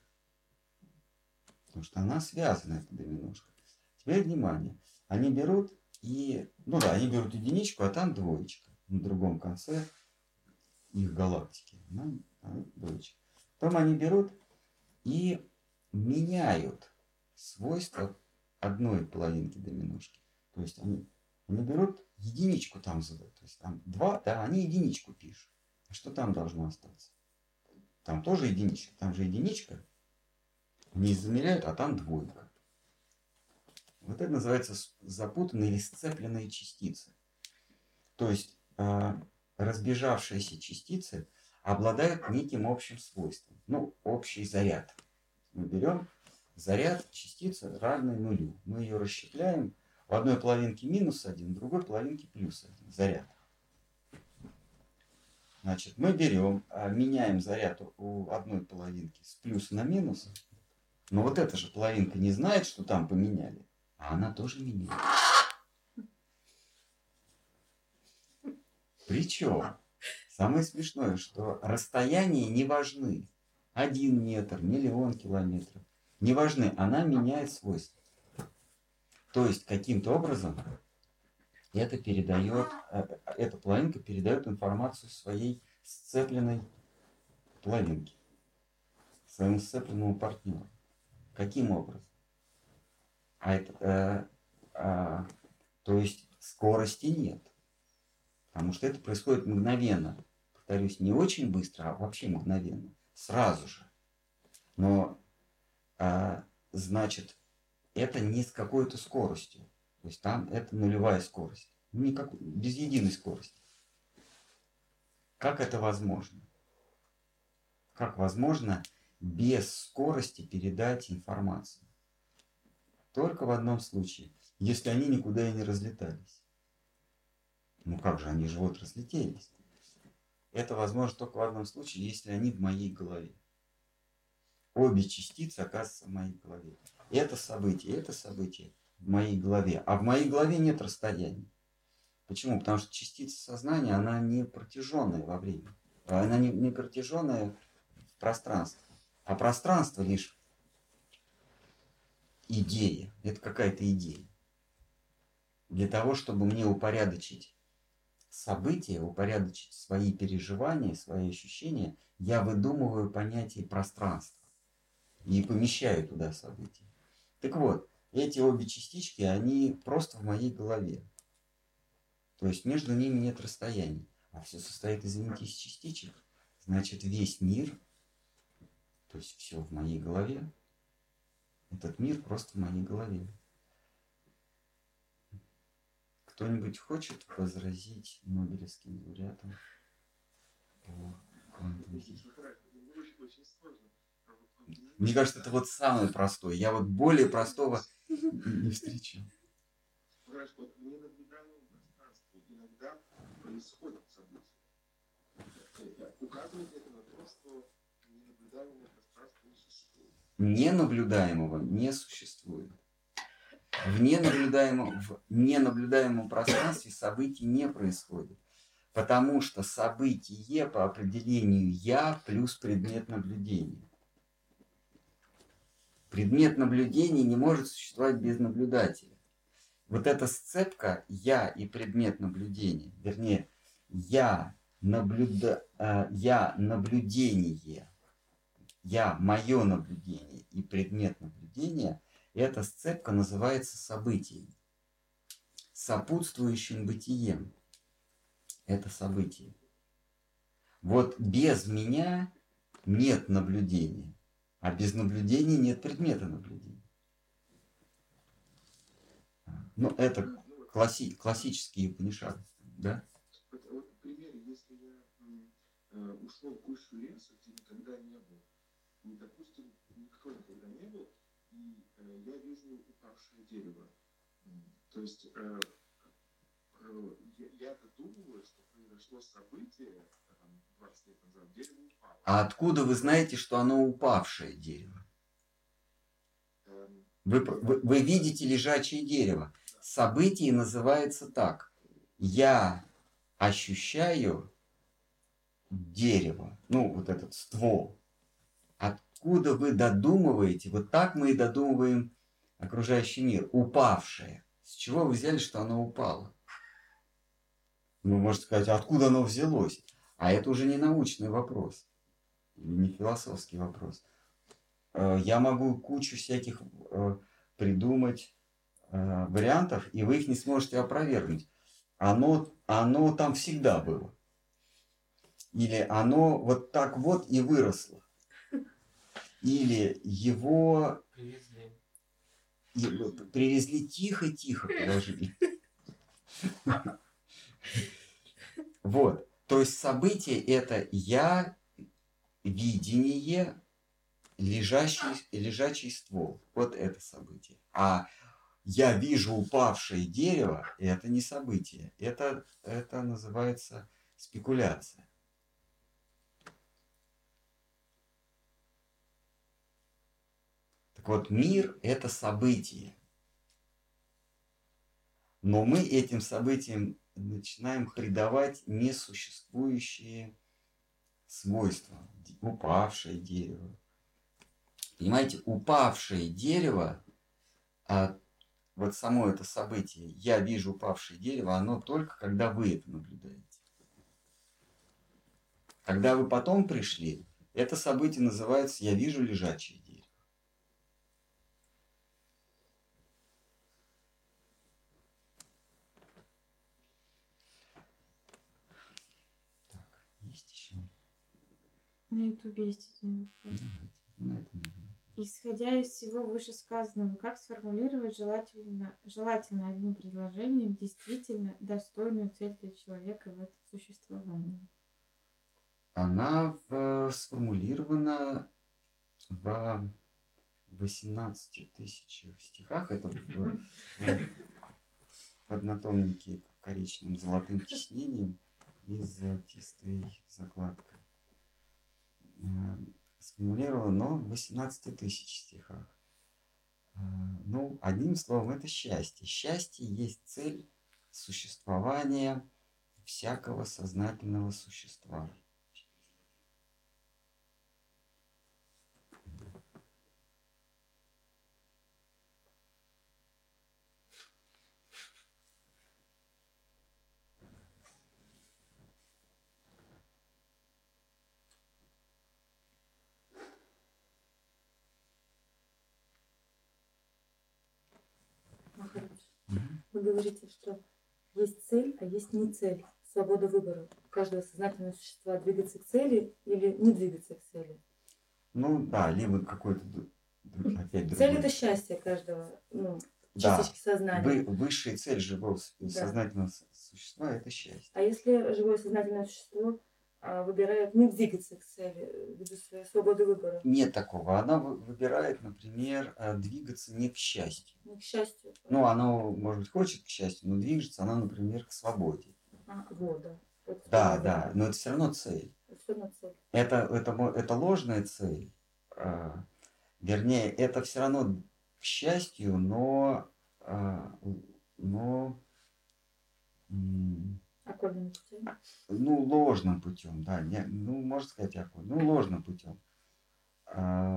Потому что она связана, эта доминошка. Теперь внимание. Они берут и... Ну да, они берут единичку, а там двоечка. На другом конце их галактики. Она, она двоечка. Потом они берут и меняют свойства одной половинки доминошки. То есть они, они берут единичку там задают. То есть там два, да, они единичку пишут. А что там должно остаться? Там тоже единичка. Там же единичка. Не замеряют, а там двойка. Вот это называется запутанные или сцепленные частицы. То есть э, разбежавшиеся частицы обладают неким общим свойством. Ну, общий заряд. Мы берем заряд частицы равный нулю. Мы ее расщепляем. В одной половинке минус один, в другой половинке плюс один. Заряд. Значит, мы берем, меняем заряд у одной половинки с плюса на минус, Но вот эта же половинка не знает, что там поменяли, а она тоже меняет. Причем самое смешное, что расстояния не важны. Один метр, миллион километров. Не важны, она меняет свойства. То есть каким-то образом это передает, эта половинка передает информацию своей сцепленной половинке, своему сцепленному партнеру. Каким образом? А это, э, э, то есть скорости нет. Потому что это происходит мгновенно. Повторюсь, не очень быстро, а вообще мгновенно. Сразу же. Но, э, значит, это не с какой-то скоростью. То есть там это нулевая скорость. Никак, без единой скорости. Как это возможно? Как возможно без скорости передать информацию? Только в одном случае. Если они никуда и не разлетались. Ну как же, они же вот разлетелись. Это возможно только в одном случае, если они в моей голове. Обе частицы оказываются в моей голове. Это событие, это событие в моей голове. А в моей голове нет расстояний. Почему? Потому что частица сознания, она не протяженная во времени. Она не, не протяженная в пространстве. А пространство лишь идея. Это какая-то идея. Для того, чтобы мне упорядочить события, упорядочить свои переживания, свои ощущения, я выдумываю понятие пространства и помещаю туда события. Так вот, эти обе частички, они просто в моей голове. То есть между ними нет расстояний. А все состоит, извините, из частичек. Значит, весь мир, то есть все в моей голове, этот мир просто в моей голове. Кто-нибудь хочет возразить Нобелевским лауреатам по квантовой физике? Мне кажется, это вот самое простое. Я вот более простого не встречал. Вот в ненаблюдаемом пространстве иногда происходят события. Указывает это на то, что ненаблюдаемое пространство не существует. Ненаблюдаемого не существует. В ненаблюдаемом, в ненаблюдаемом пространстве событий не происходит. Потому что событие по определению «я» плюс предмет наблюдения. Предмет наблюдения не может существовать без наблюдателя. Вот эта сцепка «я» и предмет наблюдения, вернее, «я», наблюда, э, «я» наблюдение, «я» мое наблюдение и предмет наблюдения, эта сцепка называется событием, сопутствующим бытием. Это событие. Вот без меня нет наблюдения, а без наблюдения нет предмета наблюдения. Ну, это класси- классические Упанишады, да? Вот, к примеру, если я э, ушел в гущу леса, где никогда не был, и, допустим, никто никогда не был, и э, я вижу упавшее дерево. То есть э, э, я, я додумываю, что произошло событие, там, двадцать лет назад, дерево упало. А откуда вы знаете, что оно упавшее дерево? Эм, Вы, вы, вы видите лежачее дерево. Событие называется так. Я ощущаю дерево, ну, вот этот ствол. Откуда вы додумываете, вот так мы и додумываем окружающий мир, упавшее. С чего вы взяли, что оно упало? Вы можете сказать, откуда оно взялось? А это уже не научный вопрос, не философский вопрос. Я могу кучу всяких придумать вариантов, и вы их не сможете опровергнуть. Оно, оно там всегда было. Или оно вот так вот и выросло. Или его Привезли. привезли тихо-тихо, положили. Вот. То есть событие это я, видение, лежащий, лежачий ствол. Вот это событие. А я вижу упавшее дерево, это не событие. Это, это называется спекуляция. Так Так вот, мир – это событие. Но мы этим событиям начинаем придавать несуществующие свойства. Упавшее дерево. Понимаете, упавшее дерево, а вот само это событие, я вижу упавшее дерево, оно только когда вы это наблюдаете. Когда вы потом пришли, это событие называется «я вижу лежачее дерево». Так, есть еще? На ютубе есть один вопрос. На этом можно. Исходя из всего вышесказанного, как сформулировать желательно, желательно одним предложением действительно достойную цель для человека в этом существовании? Она в- сформулирована в восемнадцати тысячах стихах. Это в, в, в однотомнике коричневым золотым тиснением и с золотистой закладкой. Э, Сформулировано, но в восемнадцати тысяч стихах. Э, Ну, одним словом, это счастье. Счастье есть цель существования всякого сознательного существа. Махарадж, вы говорите, что есть цель, а есть не цель. Свобода выбора у каждого сознательного существа двигаться к цели или не двигаться к цели. Ну да, либо какой-то д- д- опять Цель другой. это счастье каждого, ну, Да. частички сознания. Вы, высшая цель живого с- Да. сознательного с- существа – это счастье. А если живое сознательное существо а, выбирает не двигаться к цели ввиду своей свободы выбора, Нет такого. Она вы- выбирает, например, э, двигаться не к счастью. не к счастью. Ну, она, может быть, хочет к счастью, но движется она, например, к свободе. А, вот, да. Это Да, свобода да, выбора. но это все равно цель. Это всё равно цель. Это, это, мо- это ложная цель. а, Вернее, это все равно к счастью, но, а, но м, Окольными путями. ну, ложным путем, да, не- ну, можно сказать, околь- ну, ложным путем. А,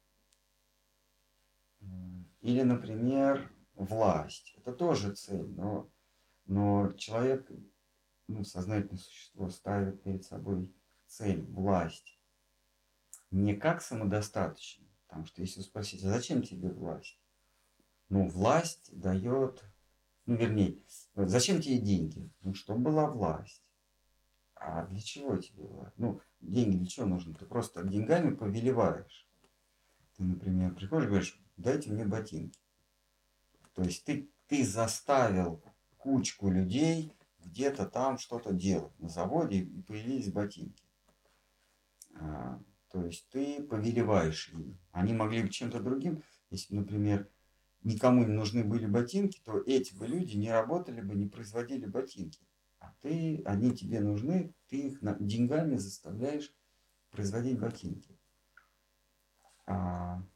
м, Или, например, власть. Это тоже цель, но, но человек, ну, сознательное существо ставит перед собой цель, власть. Не как самодостаточно. Потому что если спросить, а зачем тебе власть? Ну, власть дает, ну, вернее, зачем тебе деньги? Ну, чтобы была власть. А для чего тебе власть? Ну, деньги для чего нужны? Ты просто деньгами повелеваешь. Ты, например, приходишь и говоришь, дайте мне ботинки. То есть ты, ты заставил кучку людей где-то там что-то делать на заводе, и появились ботинки. А, то есть ты повелеваешь им. Они могли бы чем-то другим, если, например, никому не нужны были ботинки, то эти бы люди не работали бы, не производили ботинки. А ты, они тебе нужны, ты их на- деньгами заставляешь производить ботинки. А,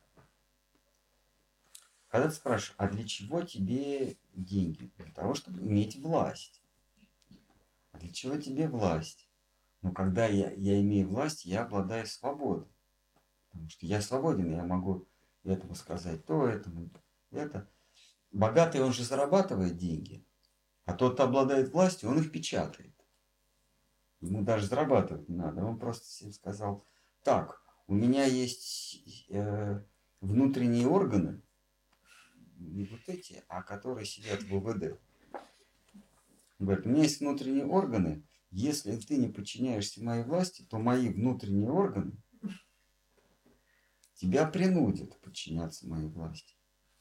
когда ты спрашиваешь, а для чего тебе деньги? Для того, чтобы иметь власть. А для чего тебе власть? Но когда я, я имею власть, я обладаю свободой. Потому что я свободен, я могу этому сказать то, этому, это. Богатый, он же зарабатывает деньги. А тот, кто обладает властью, он их печатает. Ему даже зарабатывать не надо. Он просто всем сказал, так, у меня есть э, внутренние органы, не вот эти, а которые сидят в ВВД. Он говорит, у меня есть внутренние органы, если ты не подчиняешься моей власти, то мои внутренние органы тебя принудят подчиняться моей власти.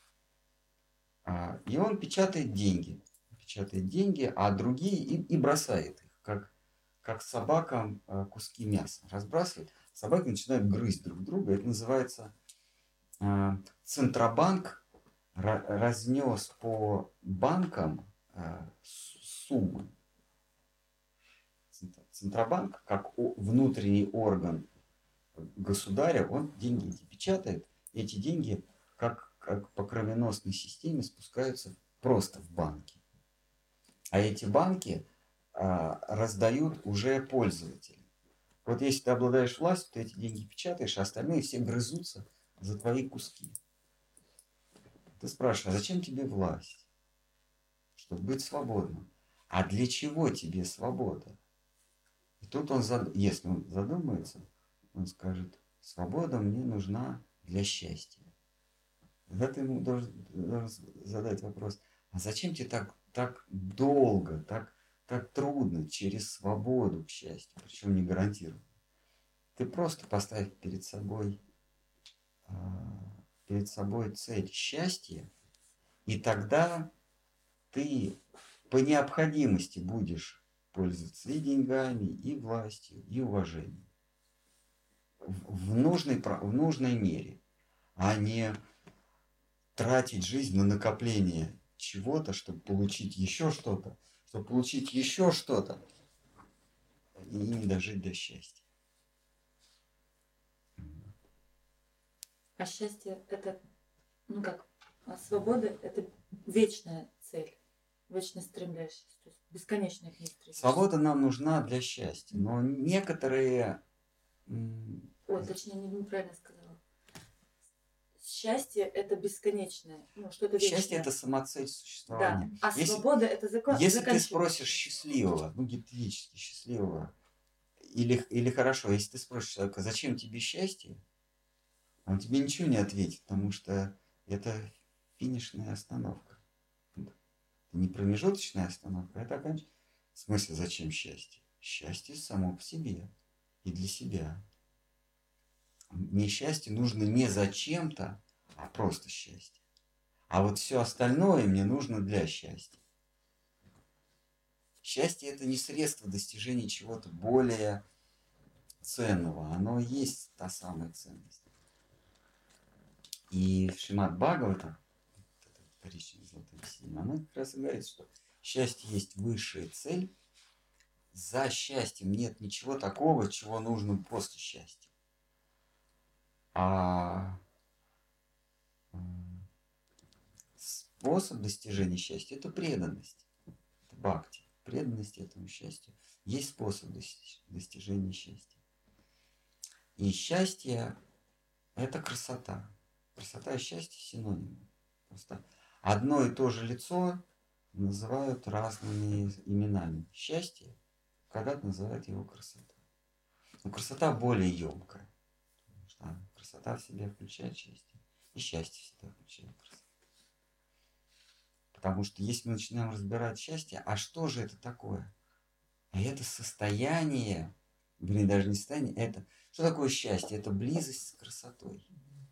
А, и он печатает деньги. Печатает деньги, а другие и, и бросает их, как, как собакам а, куски мяса. Разбрасывает. Собаки начинают грызть друг друга. Это называется а, Центробанк ра- разнес по банкам а, с- суммы. Центр- Центробанк, как о- внутренний орган государя, он деньги эти печатает. Эти деньги как, как по кровеносной системе спускаются просто в банки. А эти банки а, раздают уже пользователи. Вот если ты обладаешь властью, ты эти деньги печатаешь, а остальные все грызутся за твои куски. Ты спрашиваешь, а зачем тебе власть? Чтобы быть свободным. А для чего тебе свобода? И тут он, зад... если он задумается, он скажет, свобода мне нужна для счастья. Тогда ты ему должен, должен задать вопрос, а зачем тебе так, так долго, так, так трудно через свободу к счастью, причем не гарантированно. Ты просто поставь перед собой, перед собой цель счастья, и тогда ты по необходимости будешь пользоваться и деньгами, и властью, и уважением. В, в, нужной, в нужной мере, а не тратить жизнь на накопление чего-то, чтобы получить еще что-то, чтобы получить еще что-то и не дожить до счастья. А счастье это, ну как, а свобода это вечная цель, вечно стремлящаяся, то есть бесконечно к ней стремишься. Свобода нам нужна для счастья, но некоторые... Ой, точнее, неправильно сказала. Счастье это бесконечное, ну что-то вечное. Счастье это самоцель существования. Да, а если, свобода это закон. Если ты спросишь счастливого, ну гипотетически счастливого, или, или хорошо, если ты спросишь человека, зачем тебе счастье, он тебе ничего не ответит, потому что это финишная остановка. Это не промежуточная остановка, это окончательная. В смысле, зачем счастье? Счастье само по себе и для себя. Мне счастье нужно не зачем-то, а просто счастье. А вот все остальное мне нужно для счастья. Счастье это не средство достижения чего-то более ценного. Оно и есть та самая ценность. И в Шримад Бхагавата, коричневая золотая синема, она как раз и говорит, что счастье есть высшая цель. За счастьем нет ничего такого, чего нужно после счастья. А способ достижения счастья – это преданность, это бхакти. Преданность этому счастью есть способ достижения счастья. И счастье – это красота. Красота и счастье синонимы. Просто одно и то же лицо называют разными именами. Счастье когда-то называют его красотой. Но красота более емкая. Потому что красота в себе включает счастье. И счастье всегда включает красоту. Потому что если мы начинаем разбирать счастье, а что же это такое? А это состояние, вернее, даже не состояние, это... Что такое счастье? Это близость с красотой.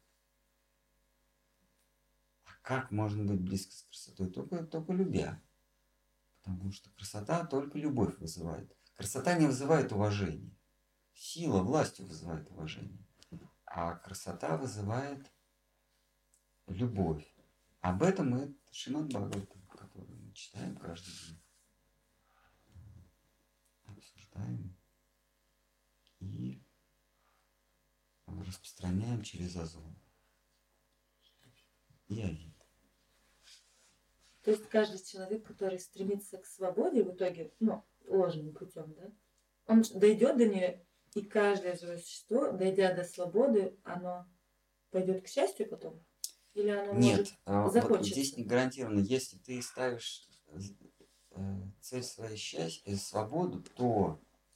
А как можно быть близко с красотой? Только, только любя. Потому что красота только любовь вызывает. Красота не вызывает уважения. Сила, властью вызывает уважение. А красота вызывает любовь. Об этом мы Шримад Бхагаватам, который мы читаем каждый день. Обсуждаем и распространяем через озон. И Авид. То есть каждый человек, который стремится к свободе в итоге, ну, ложным путем, да, он дойдет до нее, и каждое живое существо, дойдя до свободы, оно пойдет к счастью потом? Или оно Нет, может вот закончиться? здесь не гарантированно. Если ты ставишь цель своей счастья, свободу, то,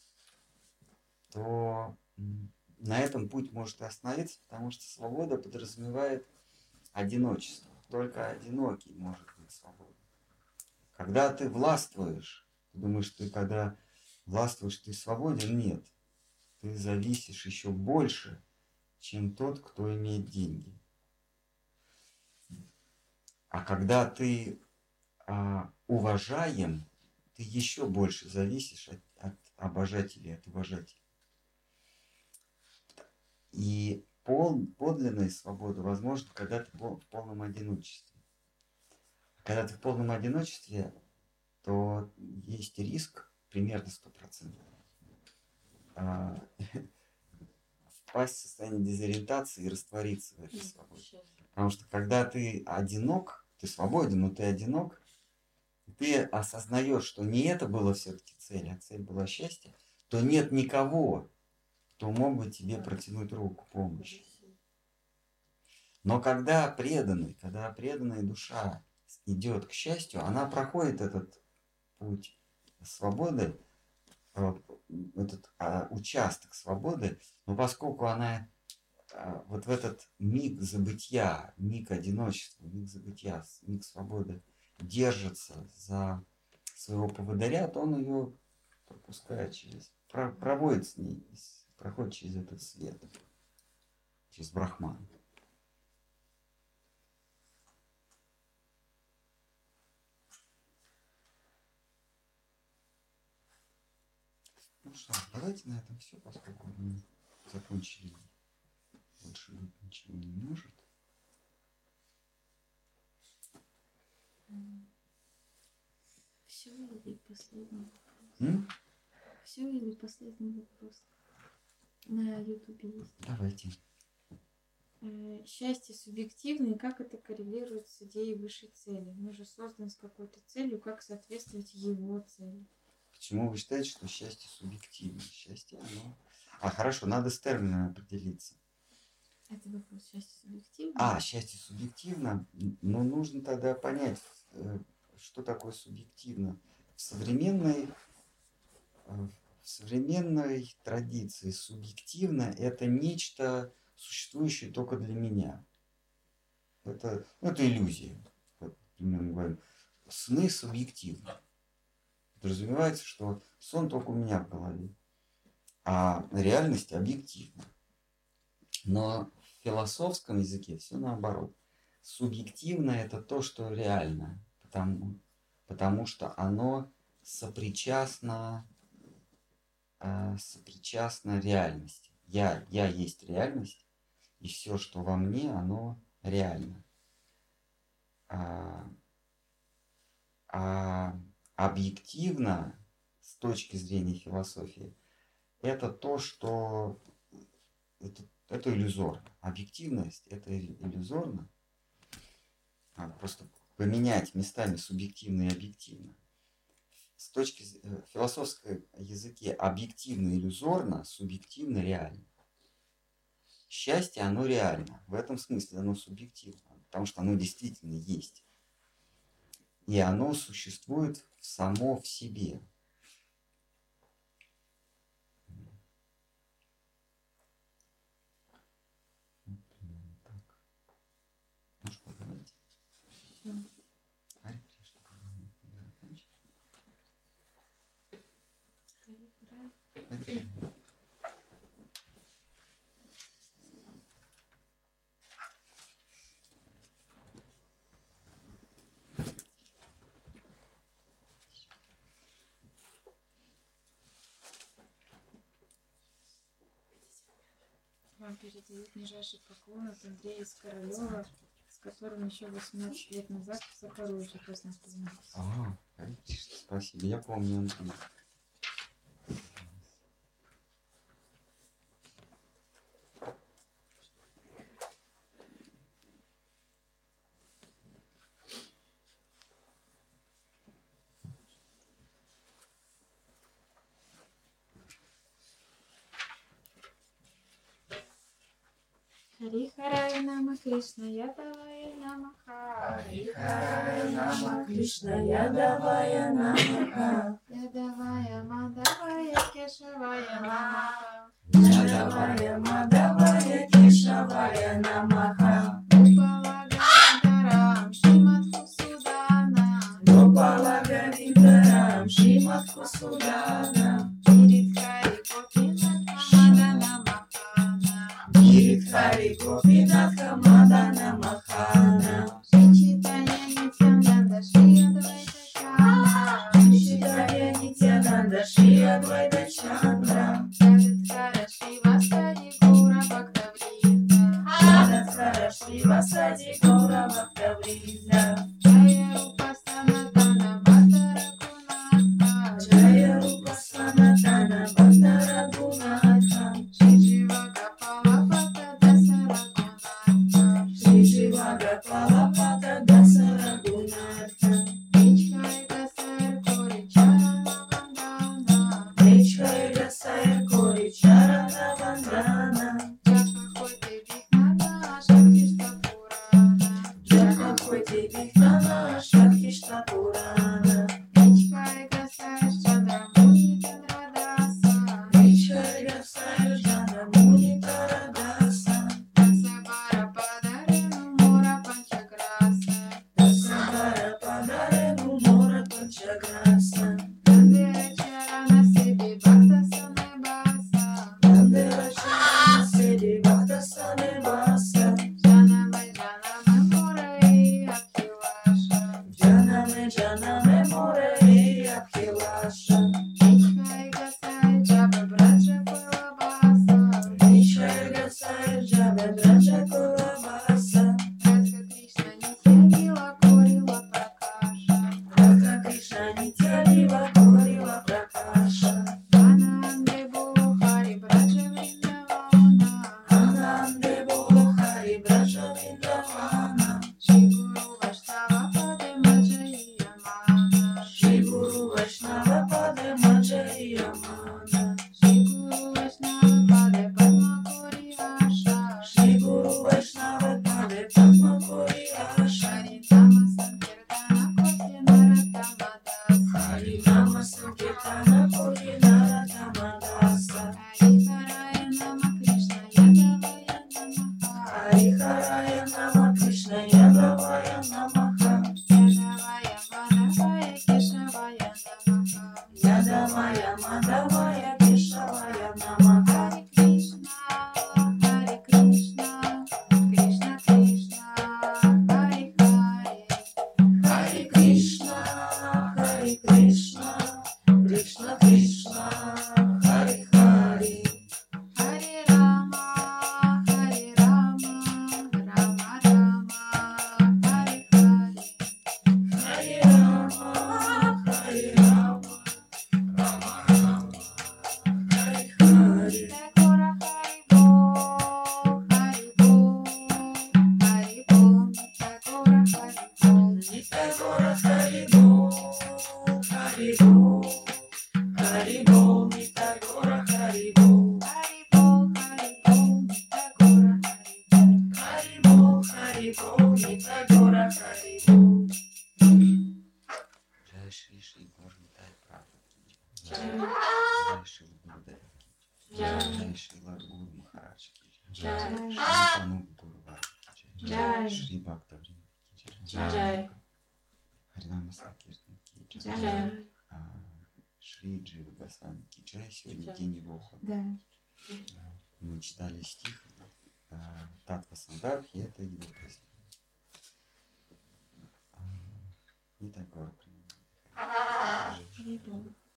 то на этом путь может остановиться, потому что свобода подразумевает одиночество. Только одинокий может быть свободен. Когда ты властвуешь, ты думаешь, ты когда властвуешь, ты свободен? Нет. Ты зависишь еще больше, чем тот, кто имеет деньги. А когда ты а, уважаем, ты еще больше зависишь от, от обожателей, от уважателей. И пол, подлинная свобода возможна, когда ты в полном одиночестве. Когда ты в полном одиночестве, то есть риск примерно сто процентов. А, впасть в состояние дезориентации и раствориться в этой свободе. Потому что когда ты одинок, ты свободен, но ты одинок, ты осознаешь, что не это было все-таки цель, а цель была счастье, то нет никого, кто мог бы тебе протянуть руку помощи. Но когда преданный, когда преданная душа идет к счастью, она проходит этот путь свободы, этот а, участок свободы, но поскольку она а, вот в этот миг забытия, миг одиночества, миг забытия, миг свободы держится за своего поводыря, то он ее пропускает через, про, проводит с ней, проходит через этот свет, через Брахман. Ну что, давайте на этом все, поскольку мы закончили. Больше быть ничего не может. Все или последний вопрос? М? Все или последний вопрос? На ютубе есть. Давайте. Э, Счастье субъективно, и как это коррелирует с идеей высшей цели? Мы же созданы с какой-то целью, как соответствовать его цели? Почему вы считаете, что счастье субъективно? Счастье, оно... А, хорошо, надо с термином определиться. Это вопрос счастья субъективно? А, счастье субъективно? Но нужно тогда понять, что такое субъективно. В современной, в современной традиции субъективно – это нечто, существующее только для меня. Это, ну, это иллюзия. Вот, например, мы говорим, сны субъективны. Подразумевается, что сон только у меня в голове, а реальность объективна. Но в философском языке все наоборот. Субъективно – это то, что реально, потому, потому что оно сопричастно, э, сопричастно реальности. Я, я есть реальность, и все, что во мне, оно реально. А, а объективно, с точки зрения философии, это то, что это, это иллюзорно. Объективность – это иллюзорно. Надо просто поменять местами субъективно и объективно. С точки философского языке объективно иллюзорно, субъективно реально. Счастье, оно реально. В этом смысле оно субъективно, потому что оно действительно есть. И оно существует само в себе. Ну что, давайте. Хари Кришна, закончим. Вам передают нижайший поклон от Андрея из Королева, с которым еще восемнадцать лет назад в Запорожье познакомились. А, спасибо, я помню, Андрей. Хари Харая Нама Кришна Ядавая Намаха. Хари Харая Нама Кришна Ядавая Намаха. Ядавая Мадавая Кешавая Намаха. Ядавая Мадавая Кешавая Намаха. Гопала Гандарам Шримадху Судана. Гопала Гандарам Шримадху Судана. Гиридхари Гопинатха Мадана Махана. Шичитая Нитянанда Шри Адвайта Чандра. Шичитая Нитянанда Шри Адвайта Чандра. Шададхара Шри Васади Гаура Бхактавринда. Шададхара Шри Васади Гаура Бхактавринда. Джая Рупа Санатана Бхакта Рагунатха. Джая Рупа Санатана Бхакта Рагунатха. Шри Джива Гопала Мадавая Кешавая Нама Харе Кришна, Харе Кришна, Кришна Кришна, Харе Харе, Харе Кришна, Харе Кришна, Кришна Кришна, Харе Харе, Харе Рама, Харе Рама, Рама Рама, Харе Харе, Харе Рама, Харе Рама, Рама Рама, Харе Харе. Тагора Хари Бол, Хари Бол, Хари Бол, Тагора Хари Бол, Тагора Хари Бол, Хари Бол, Хари Бол, Тагора Хари Бол, Хари Бол, Хари Бол, Тагора Хари Бол, Хари Бол, Хари Бол, Тагора Хари Бол. Джай Шри Шри Гурнитай Прабху. Джай. Джай Шри Гурудев. Джай. Джай Шри Ладгуру Махарадж. Джай. Шри Танук Гурвар. Джай. Шри Бхактаврин. Джай. Харинама Санкиртан. Джай. А, Шри Джива Госвами Ки Джай. Сегодня день его ухода. Да. Мы читали стих а, Татва Сандархи, это его песня. А, И такое. Хари Бол.